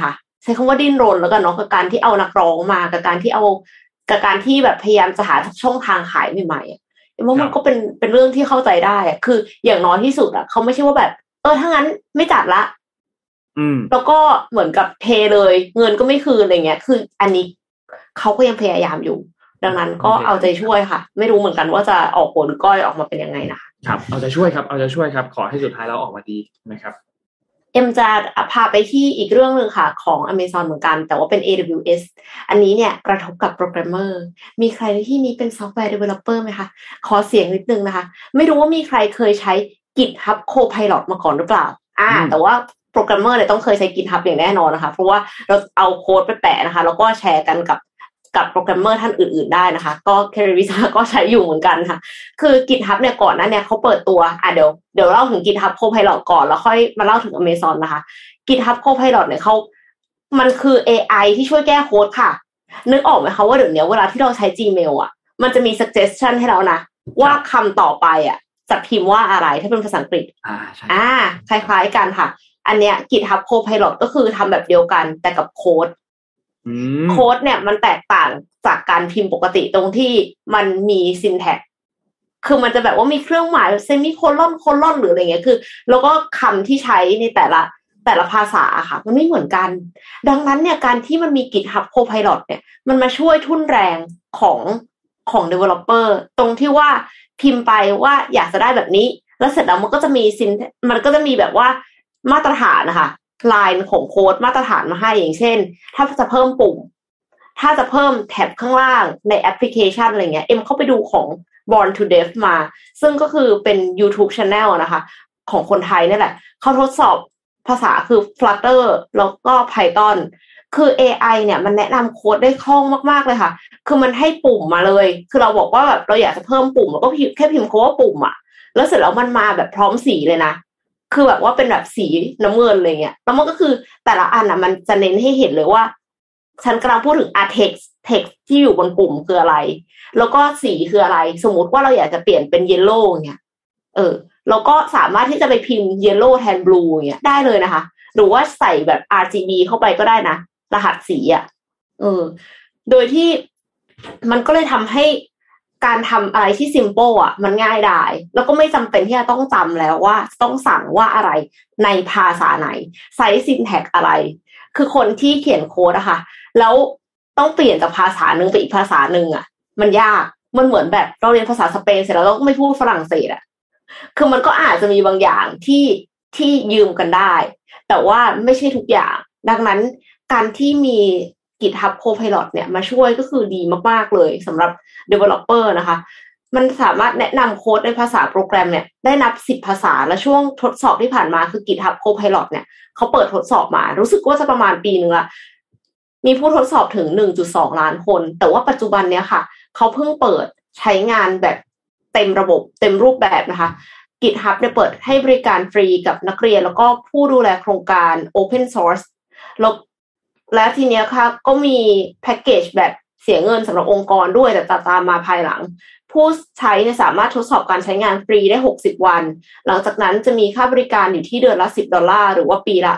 ใช้คำว่าดิ้นรนแล้วกันเนาะกับการที่เอานักร้องมากับการที่แบบพยายามจะหาช่องทางขายใหม่ๆว่ามันก็เป็นเรื่องที่เข้าใจได้คืออย่างน้อยที่สุดเขาไม่ใช่ว่าแบบถ้างั้นไม่จัดละแล้วก็เหมือนกับเทเลยเงินก็ไม่คืนอะไรเงี้ยคืออันนี้เขาก็ยังพยายามอยู่ดังนั้นก็เอาใจช่วยค่ะไม่รู้เหมือนกันว่าจะออกผลหรือก้อยออกมาเป็นยังไงนะครับเอาใจช่วยครับขอให้สุดท้ายแล้วออกมาดีนะครับจะพาไปที่อีกเรื่องนึงค่ะของ Amazon เหมือนกันแต่ว่าเป็น AWS อันนี้เนี่ยกระทบกับโปรแกรมเมอร์มีใครในที่นี้เป็นซอฟต์แวร์ developer ไหมคะขอเสียงนิดนึงนะคะไม่รู้ว่ามีใครเคยใช้ GitHub Copilot มาก่อนหรือเปล่าแต่ว่าโปรแกรมเมอร์เนี่ยต้องเคยใช้ GitHub อย่างแน่นอนนะคะเพราะว่าเราเอาโค้ดไปแปะนะคะแล้วก็แชร์กันกับโปรแกรมเมอร์ท่านอื่นๆได้นะคะก็เคเรวิซ่าก็ใช้อยู่เหมือนกันค่ะคือ GitHub เนี่ยก่อนหน้าเนี่ยเขาเปิดตัวเดี๋ยวเล่าถึง GitHub Copilot ก่อนแล้วค่อยมาเล่าถึง Amazon นะคะ GitHub Copilot เนี่ยมันคือ AI ที่ช่วยแก้โค้ดค่ะนึกออกไหมคะว่าเดี๋ยวนี้เวลาที่เราใช้ Gmail มันจะมี suggestion ให้เรานะว่าคำต่อไปจะพิมพ์ว่าอะไรถ้าเป็นภาษาอังกฤษคล้ายๆกันค่ะอันเนี้ย GitHub Copilot ก็คือทำแบบเดียวกันแต่กับโค้ดเนี่ยมันแตกต่างจากการพิมพ์ปกติตรงที่มันมี syntax คือมันจะแบบว่ามีเครื่องหมายเซมิโคลอนหรืออะไรเงี้ยคือแล้วก็คำที่ใช้ในแต่ละภาษาค่ะมันไม่เหมือนกันดังนั้นเนี่ยการที่มันมี GitHub Copilot เนี่ยมันมาช่วยทุ่นแรงของ developer ตรงที่ว่าพิมพ์ไปว่าอยากจะได้แบบนี้แล้วเสร็จแล้วมันก็จะมีแบบว่ามาตรฐานนะคะไลน์ของโค้ดมาตรฐานมาให้อย่างเช่นถ้าจะเพิ่มปุ่มถ้าจะเพิ่มแท็บข้างล่างในแอปพลิเคชันอะไรเงี้ยเข้าไปดูของ Born to Dev มาซึ่งก็คือเป็น YouTube Channel นะคะของคนไทยนี่แหละเขาทดสอบภาษาคือ Flutter แล้วก็ Python คือ AI เนี่ยมันแนะนำโค้ดได้คล่องมากๆเลยค่ะคือมันให้ปุ่มมาเลยคือเราบอกว่าแบบเราอยากจะเพิ่มปุ่มแล้วก็แค่พิมพ์คำว่าปุ่มแล้วเสร็จแล้วมันมาแบบพร้อมสีเลยนะคือแบบว่าเป็นแบบสีน้ำเงินอะไรเงี้ยแล้วมันก็คือแต่ละอันมันจะเน้นให้เห็นเลยว่าฉันกำลังพูดถึงtext ที่อยู่บนปุ่มคืออะไรแล้วก็สีคืออะไรสมมุติว่าเราอยากจะเปลี่ยนเป็น yellow เนี่ยเราก็สามารถที่จะไปพิมพ์ yellow แทน blue เนี่ยได้เลยนะคะหรือว่าใส่แบบ RGB เข้าไปก็ได้นะรหัสสีโดยที่มันก็เลยทำให้การทำอะไรที่ simple มันง่ายได้แล้วก็ไม่จำเป็นที่จะต้องจำแล้วว่าต้องสั่งว่าอะไรในภาษาไหนใช้ syntax อะไรคือคนที่เขียนโค้ดค่ะแล้วต้องเปลี่ยนจากภาษาหนึ่งไปอีกภาษาหนึ่งมันยากมันเหมือนแบบเราเรียนภาษาสเปนเสร็จแล้วเราก็ไม่พูดฝรั่งเศสคือมันก็อาจจะมีบางอย่างที่ยืมกันได้แต่ว่าไม่ใช่ทุกอย่างดังนั้นการที่มี GitHub Copilot เนี่ยมาช่วยก็คือดีมากๆเลยสำหรับ developer นะคะมันสามารถแนะนำโค้ดในภาษาโปรแกรมเนี่ยได้นับ10ภาษาและช่วงทดสอบที่ผ่านมาคือ GitHub Copilot เนี่ยเขาเปิดทดสอบมารู้สึกว่าจะประมาณปีนึงละมีผู้ทดสอบถึง 1.2 ล้านคนแต่ว่าปัจจุบันเนี้ยค่ะเขาเพิ่งเปิดใช้งานแบบเต็มระบบเต็มรูปแบบนะคะ GitHub เนี่ยเปิดให้บริการฟรีกับนักเรียนแล้วก็ผู้ดูแลโครงการ Open Source และทีเนี้ยค่ะก็มีแพ็กเกจแบบเสียเงินสำหรับองค์กรด้วยแต่ตามมาภายหลังผู้ใช้เนี่ยสามารถทดสอบการใช้งานฟรีได้60วันหลังจากนั้นจะมีค่าบริการอยู่ที่เดือนละ$10หรือว่าปีละ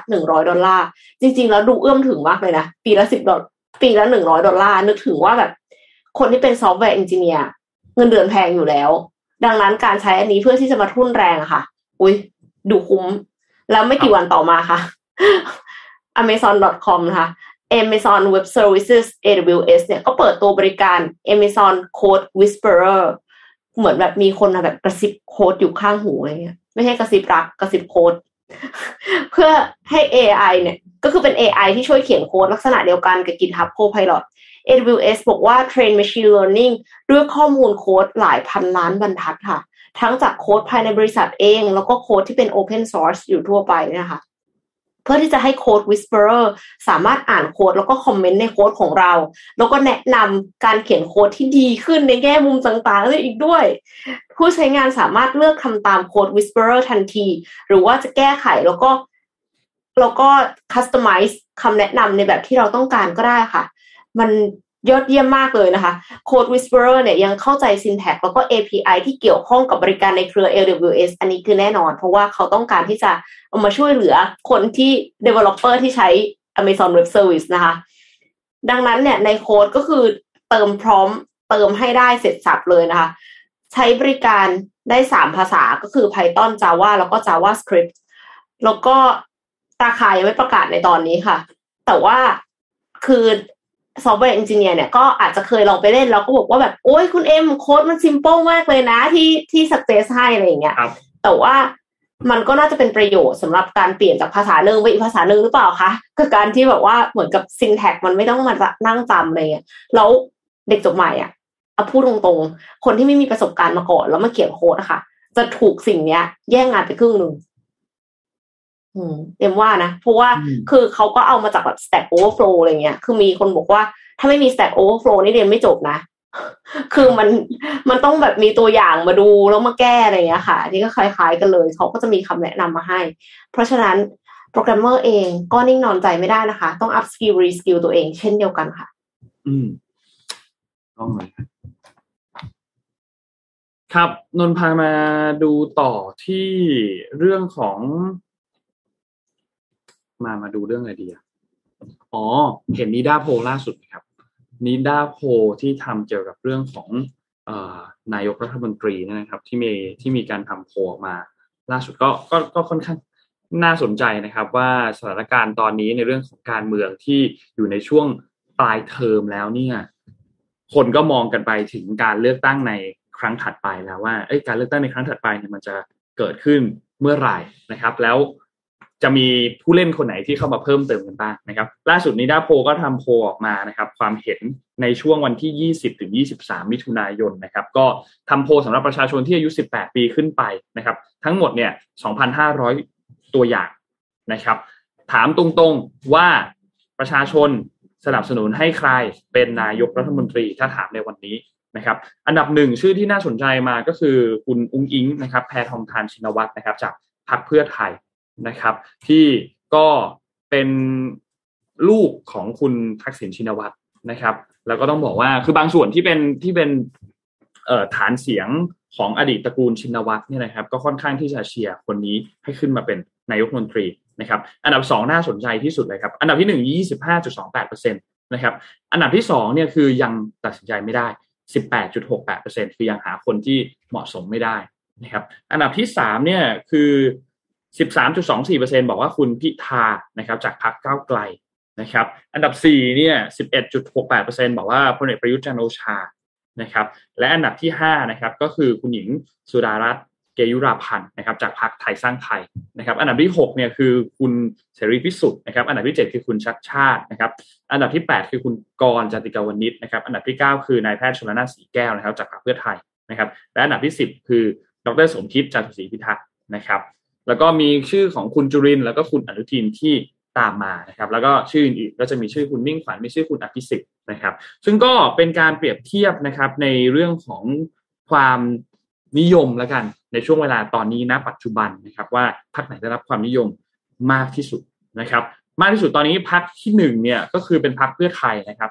$100จริงๆแล้วดูเอื้อมถึงมากเลยนะปีละ$10ปีละ$100นึกถึงว่าแบบคนที่เป็นซอฟต์แวร์เอนจิเนียร์เงินเดือนแพงอยู่แล้วดังนั้นการใช้อันนี้เพื่อที่จะมาทุ่นแรงค่ะดูคุ้มแล้วไม่กี่วันต่อมาค่ะ Amazon.com นะคะ Amazon Web Services AWS เนี่ยก็เปิดตัวบริการ Amazon Code Whisperer เหมือนแบบมีคนแบบกระซิบโค้ดอยู่ข้างหูอะไรเงี้ยไม่ใช่กระซิบรักกระซิบโค้ด เพื่อให้ AI เนี่ยก็คือเป็น AI ที่ช่วยเขียนโค้ดลักษณะเดียวกันกับ GitHub Copilot AWS บอกว่า train machine learning ด้วยข้อมูลโค้ดหลายพันล้านบรรทัดค่ะทั้งจากโค้ดภายในบริษัทเองแล้วก็โค้ดที่เป็น open source อยู่ทั่วไปนะคะเพื่อที่จะให้โค้ด Whisperer สามารถอ่านโค้ดแล้วก็คอมเมนต์ในโค้ดของเราแล้วก็แนะนำการเขียนโค้ดที่ดีขึ้นในแง่มุมต่างๆอีกด้วยผู้ใช้งานสามารถเลือกทำตามโค้ด Whisperer ทันทีหรือว่าจะแก้ไขแล้วก็ customize คำแนะนำในแบบที่เราต้องการก็ได้ค่ะมันยอดเยี่ยมมากเลยนะคะ Code Whisperer เนี่ยยังเข้าใจ syntax แล้วก็ API ที่เกี่ยวข้องกับบริการในเครือ AWS อันนี้คือแน่นอนเพราะว่าเขาต้องการที่จะเอามาช่วยเหลือคนที่ developer ที่ใช้ Amazon Web Service นะคะดังนั้นเนี่ยในโค้ดก็คือเติมพร้อมเติมให้ได้เสร็จสับเลยนะคะใช้บริการได้3ภาษาก็คือ Python Java แล้วก็ JavaScript แล้วก็ราคายังไม่ประกาศในตอนนี้ค่ะแต่ว่าคือซอฟต์แวร์เอนจิเนียร์เนี่ยก็อาจจะเคยลองไปเล่นแล้วก็บอกว่าแบบโอ้ยคุณเอ็มโค้ดมันซิมเปิลมากเลยนะที่ success ให้อะไรอย่างเงี้ยแต่ว่ามันก็น่าจะเป็นประโยชน์สำหรับการเปลี่ยนจากภาษาหนึ่งไปอีกภาษาหนึ่งหรือเปล่าคะกับการที่แบบว่าเหมือนกับ syntax มันไม่ต้องมานั่งจำอะไรเงี้ยแล้วเด็กจบใหม่อ่ะเอาพูดตรงๆคนที่ไม่มีประสบการณ์มาก่อนแล้วมาเขียนโค้ดอะค่ะจะถูกสิ่งเนี้ยแย่งงานไปครึ่งนึงเอ็มว่านะเพราะว่าคือเขาก็เอามาจากแบบ Stack Overflow อะไรเงี้ยคือมีคนบอกว่าถ้าไม่มี Stack Overflow นี่เรียนไม่จบนะคือมันต้องแบบมีตัวอย่างมาดูแล้วมาแก้อะไรเงี้ยค่ะนี่ก็คล้ายๆกันเลยเขาก็จะมีคำแนะนำมาให้เพราะฉะนั้นโปรแกรมเมอร์เองก็นิ่งนอนใจไม่ได้นะคะต้อง up skill re skill ตัวเองเช่นเดียวกันค่ะต้องเลยครับนนท์พามาดูต่อที่เรื่องของมาดูเรื่องอะไรดีเห็นนิด้าโพลล่าสุดครับนิด้าโพลที่ทำเกี่ยวกับเรื่องของนายกรัฐมนตรีนะครับที่มีการทำโพลออกมาล่าสุดก็ค่อนข้างน่าสนใจนะครับว่าสถานการณ์ตอนนี้ในเรื่องของการเมืองที่อยู่ในช่วงปลายเทอมแล้วเนี่ยคนก็มองกันไปถึงการเลือกตั้งในครั้งถัดไปแล้วว่าการเลือกตั้งในครั้งถัดไปเนี่ยมันจะเกิดขึ้นเมื่อไหร่นะครับแล้วจะมีผู้เล่นคนไหนที่เข้ามาเพิ่มเติมกันบ้างนะครับล่าสุดนิด้าโพลก็ทำโพลออกมานะครับความเห็นในช่วงวันที่20ถึง23มิถุนายนนะครับก็ทำโพลสำหรับประชาชนที่อายุ18ปีขึ้นไปนะครับทั้งหมดเนี่ย 2,500 ตัวอย่างนะครับถามตรงๆว่าประชาชนสนับสนุนให้ใครเป็นนายกรัฐมนตรีถ้าถามในวันนี้นะครับอันดับ1ชื่อที่น่าสนใจมาก็คือคุณอุ๊งอิ๊งนะครับแพทองธารชินวัตรนะครับจากพรรคเพื่อไทยนะครับที่ก็เป็นลูกของคุณทักษิณชินวัตรนะครับแล้วก็ต้องบอกว่าคือบางส่วนที่เป็นฐานเสียงของอดีตตระกูลชินวัตรเนี่ยนะครับก็ค่อนข้างที่จะเชียร์คนนี้ให้ขึ้นมาเป็นนายกรัฐมนตรีนะครับอันดับ2น่าสนใจที่สุดเลยครับอันดับที่1 25.28% นะครับอันดับที่2เนี่ยคือยังตัดสินใจไม่ได้ 18.68% คือยังหาคนที่เหมาะสมไม่ได้นะครับอันดับที่3เนี่ยคือ 13.24% บอกว่าคุณพิธานะครับจากพรรคก้าวไกลนะครับอันดับ4เนี่ย 11.68% บอกว่าพลเอกประยุทธ์จันทร์โอชานะครับและอันดับที่5นะครับก็คือคุณหญิงสุดารัตน์เกยุราพันธ์นะครับจากพรรคไทยสร้างไทยนะครับอันดับที่6เนี่ยคือคุณเสรีพิสุทธิ์นะครับอันดับที่7คือคุณชัชชาตินะครับอันดับที่8คือคุณกรณ์ จาติกาวนิชนะครับอันดับที่9คือนายแพทย์ชลน่านสีแก้วนะครับจากพรรคเพื่อไทยนะครับและอันดับที่10คือดร.สมคิดจาตุศรีพิทักษ์นะครับแล้วก็มีชื่อของคุณจุรินทร์แล้วก็คุณอนุทินที่ตามมานะครับแล้วก็ชื่ออื่นๆก็จะมีชื่อคุณมิ่งขวัญมีชื่อคุณอภิสิทธิ์นะครับซึ่งก็เป็นการเปรียบเทียบนะครับในเรื่องของความนิยมแล้วกันในช่วงเวลาตอนนี้ณปัจจุบันนะครับว่าพรรคไหนได้รับความนิยมมากที่สุดนะครับมากที่สุดตอนนี้พรรคที่1เนี่ยก็คือเป็นพรรคเพื่อไทยนะครับ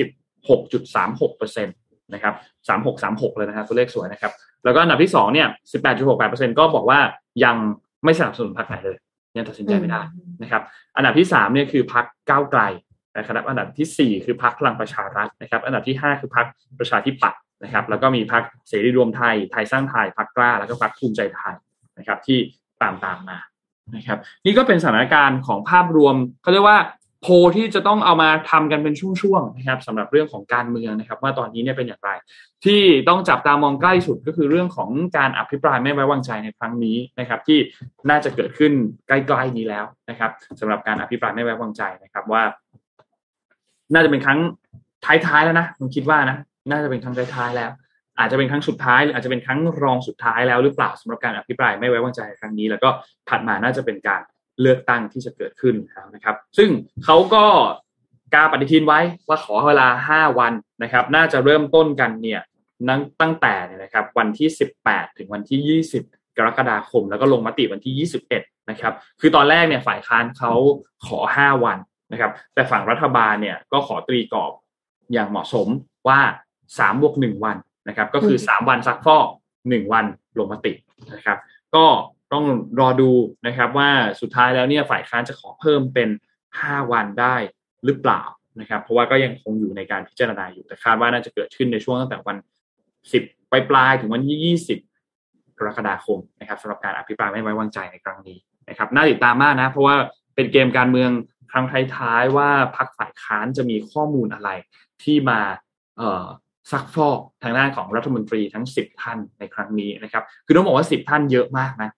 36.36% นะครับ3636เลยนะครับตัวเลขสวยนะครับแล้วก็อันดับที่2เนี่ย 18.68% ก็บอกว่ายังไม่สนับสนุนพรรคไหนเลยยังตัดสินใจไม่ได้นะครับอันดับที่3เนี่ยคือพรรคก้าวไกลนะครับอันดับที่4คือพรรคพลังประชารัฐนะครับอันดับที่5คือพรรคประชาธิปัตย์นะครับแล้วก็มีพรรคเสรีรวมไทยไทยสร้างไทยพรรคกล้าแล้วก็พรรคภูมิใจไทยนะครับที่ตามมานะครับนี่ก็เป็นสถานการณ์ของภาพรวมเขาเรียกว่าโพลที่จะต้องเอามาทำกันเป็นช่วงๆนะครับสำหรับเรื่องของการเมืองนะครับว่าตอนนี้เนี่ยเป็นอย่างไรที่ต้องจับตามองใกล้สุดก็คือเรื่องของการอภิปรายไม่ไว้วางใจในครั้งนี้นะครับที่น่าจะเกิดขึ้นใกล้ๆนี้แล้วนะครับสำหรับการอภิปรายไม่ไว้วางใจนะครับว่าน่าจะเป็นครั้งท้ายๆแล้วนะผมคิดว่านะน่าจะเป็นครั้งท้ายๆแล้วอาจจะเป็นครั้งสุดท้ายหรืออาจจะเป็นครั้งรองสุดท้ายแล้วหรือเปล่าสำหรับการอภิปรายไม่ไว้วางใจครั้งนี้แล้วก็ถัดมาน่าจะเป็นการเลือกตั้งที่จะเกิดขึ้นแล้วนะครับซึ่งเขาก็กาปฏิทินไว้ว่าขอเวลา5วันนะครับน่าจะเริ่มต้นกันเนี่ยตั้งแต่เนี่ยนะครับวันที่18ถึงวันที่20กรกฎาคมแล้วก็ลงมติวันที่21นะครับคือตอนแรกเนี่ยฝ่ายค้านเขาขอ5วันนะครับแต่ฝั่งรัฐบาลเนี่ยก็ขอตรีกรอบอย่างเหมาะสมว่า3+1 วันนะครับก็คือ3วันซักฟอก1วันลงมตินะครับก็ต้องรอดูนะครับว่าสุดท้ายแล้วเนี่ยฝ่ายค้านจะขอเพิ่มเป็น 5 วันได้หรือเปล่านะครับเพราะว่าก็ยังคงอยู่ในการพิจารณาอยู่แต่คาดว่าน่าจะเกิดขึ้นในช่วงตั้งแต่วัน10ปลายถึงวันที่20กรกฎาคมนะครับสำหรับการอภิปรายไม่ไว้วางใจในครั้งนี้นะครับน่าติดตามมากนะเพราะว่าเป็นเกมการเมืองครั้งท้ายๆว่าพรรคฝ่ายค้านจะมีข้อมูลอะไรที่มาซักฟอกทางด้านของรัฐมนตรีทั้ง10ท่านในครั้งนี้นะครับคือต้องบอกว่า10ท่านเยอะมากนะ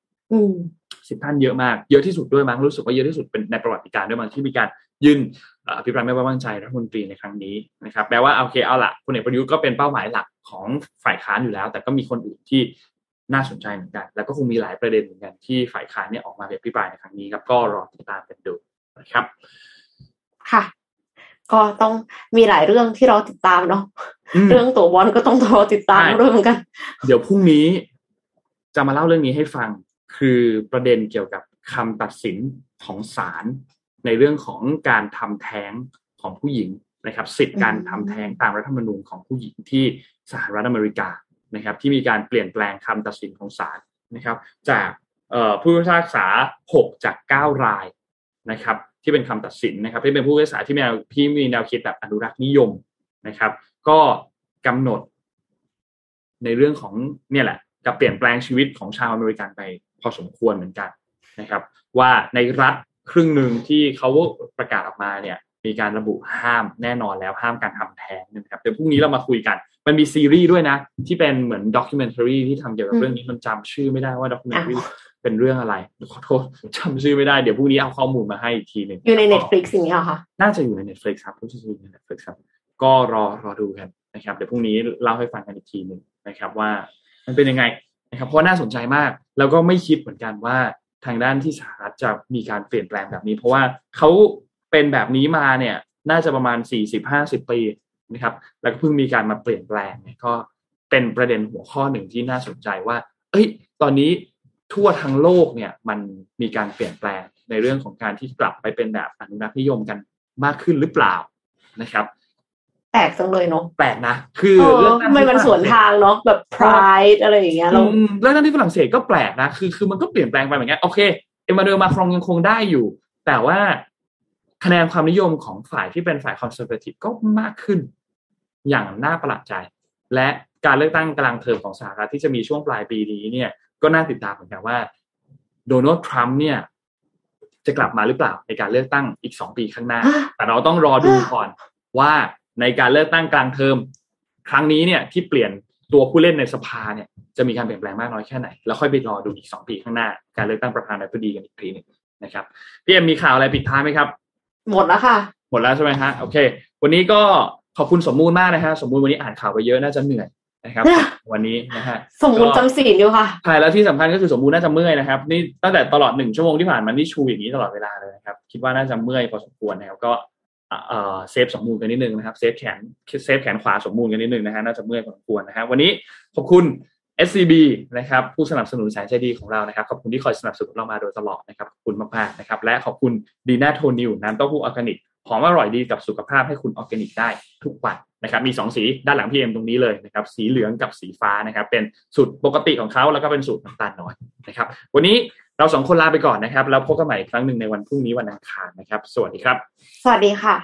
10ท่านเยอะมากเยอะที่สุดด้วยมั้งรู้สึกว่าเยอะที่สุดเป็นในประวัติการด้วยมั้งที่มีการยื่นอภิปรายไม่ไว้วางใจรัฐมนตรีในครั้งนี้นะครับแปลว่าโอเคเอาละพลเอกประยุทธ์ก็เป็นเป้าหมายหลักของฝ่ายค้านอยู่แล้วแต่ก็มีคนอื่นที่น่าสนใจเหมือนกันแล้วก็คงมีหลายประเด็นเหมือนกันที่ฝ่ายค้านเนี่ยออกมาอภิปรายในครั้งนี้ครับก็รอติดตามกันดูนะครับค่ะก็ต้องมีหลายเรื่องที่เราติดตามเนาะเรื่องตัวบอลก็ต้องรอติดตามด้วยเหมือนกันเดี๋ยวพรุ่งนี้จะมาเล่าเรื่องนี้ให้ฟังคือประเด็นเกี่ยวกับคำตัดสินของศาลในเรื่องของการทำแท้งของผู้หญิงนะครับสิทธิการทำแท้งตามรัฐธรรมนูญของผู้หญิงที่สหรัฐอเมริกานะครับที่มีการเปลี่ยนแปลงคำตัดสินของศาลนะครับจากผู้พิพากษา6จาก9รายนะครับที่เป็นคำตัดสินนะครับที่เป็นผู้พิพากษาที่มีแนวคิดแบบอนุรักษ์นิยมนะครับก็กำหนดในเรื่องของเนี่ยแหละกับเปลี่ยนแปลงชีวิตของชาวอเมริกันไปพอสมควรเหมือนกันนะครับว่าในรัฐครึ่งหนึ่งที่เขาประกาศออกมาเนี่ยมีการระบุห้ามแน่นอนแล้วห้ามการทำแท้งนะครับเดี๋ยวพรุ่งนี้เรามาคุยกันมันมีซีรีส์ด้วยนะที่เป็นเหมือนด็อกิเมนทารีที่ทำเกี่ยวกับเรื่องนี้มันจำชื่อไม่ได้ว่าด็อกิเมนทารีเป็นเรื่องอะไรขอโทษจำชื่อไม่ได้เดี๋ยวพรุ่งนี้เอาข้อมูลมาให้อีกทีนึงอยู่ใน Netflix อย่างนี้ค่ะน่าจะอยู่ใน Netflix ครับรู้สึกอยู่ใน Netflix ครับก็รอดูกันนะครับเดี๋ยวพรุ่งนี้เล่าให้ฟังกันอีกทีนึงนะครับว่ามันเป็นยังไงนะครับเพราะน่าสนใจมากแล้วก็ไม่คิดเหมือนกันว่าทางด้านที่สหรัฐจะมีการเปลี่ยนแปลงแบบนี้เพราะว่าเขาเป็นแบบนี้มาเนี่ยน่าจะประมาณ 40-50 ปีนะครับแล้วก็เพิ่งมีการมาเปลี่ยนแปลงเนี่ยก็เป็นประเด็นหัวข้อหนึ่งที่น่าสนใจว่าตอนนี้ทั่วทั้งโลกเนี่ยมันมีการเปลี่ยนแปลงในเรื่องของการที่กลับไปเป็นแบบอนุรักษ์นิยมกันมากขึ้นหรือเปล่านะครับแปลกจังเลยเนาะแปลกนะคือเรื่องทำไมมันสวนทางเนาะแบบ pride อะไรอย่างเงี้ยแล้วที่ฝรั่งเศสก็แปลกนะคือมันก็เปลี่ยนแปลงไปเหมือนกันโอเคเอ็มมานูเอล มาครองยังคงได้อยู่แต่ว่าคะแนนความนิยมของฝ่ายที่เป็นฝ่ายคอนเซอร์เวทีฟก็มากขึ้นอย่างน่าประหลาดใจและการเลือกตั้งกลางเทอมของสหรัฐที่จะมีช่วงปลายปีนี้เนี่ยก็น่าติดตามเหมือนกันว่าโดนัลด์ทรัมป์เนี่ยจะกลับมาหรือเปล่าในการเลือกตั้งอีก2ปีข้างหน้าแต่เราต้องรอดูก่อนว่าในการเลือกตั้งกลางเทอมครั้งนี้เนี่ยที่เปลี่ยนตัวผู้เล่นในสภาเนี่ยจะมีการเปลี่ยนแปลงมากน้อยแค่ไหนแล้วค่อยไปรอดูอีก2ปีข้างหน้าการเลือกตั้งประธานาธิบดีกันอีกทีนึงนะครับพี่เอ็มมีข่าวอะไรปิดท้ายไหมครับหมดแล้วค่ะหมดแล้วใช่ไหมฮะโอเควันนี้ก็ขอบคุณสมมูลมากนะฮะสมมูลวันนี้อ่านข่าวไปเยอะน่าจะเหนื่อยนะครับวันนี้นะฮะสมมูลจำศีลอยู่ค่ะใช่แล้วที่สำคัญก็คือสมมูลน่าจะเมื่อยนะครับนี่ตั้งแต่ตลอด1ชั่วโมงที่ผ่านมานี่ชูอย่างนี้ตลอดเวลาเลยนะครับคิดว่าน่าจะเมื่อยพอสมควรนะครับก็เซฟสมมูลกันนิดนึงนะครับเซฟแขนขวาสมมูลกันนิดนึงนะฮะน่าจะเมื่อยพอสมควรนะฮะวันนี้ขอบคุณ SCB นะครับผู้สนับสนุนแสนใจดีของเรานะครับขอบคุณที่คอยสนับสนุนเรามาโดยตลอดนะครับขอบคุณมากๆนะครับและขอบคุณดีน่าโทนิวน้ำเต้าหู้ออร์แกนิกหอมอร่อยดีกับสุขภาพให้คุณออร์แกนิกได้ทุกวันนะครับมี2สีด้านหลังพี่เอ็มตรงนี้เลยนะครับสีเหลืองกับสีฟ้านะครับเป็นสูตรปกติของเขาแล้วก็เป็นสูตรน้ำตาลน้อยนะครับวันนี้เรา2คนลาไปก่อนนะครับแล้วพบกันใหม่อีกครั้งนึงในวันพรุ่งนี้วันอังคารนะครับสวัสดีครับสวัสดีค่ะ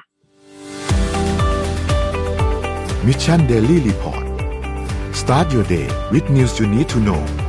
Mission Daily Report Start your day with news you need to know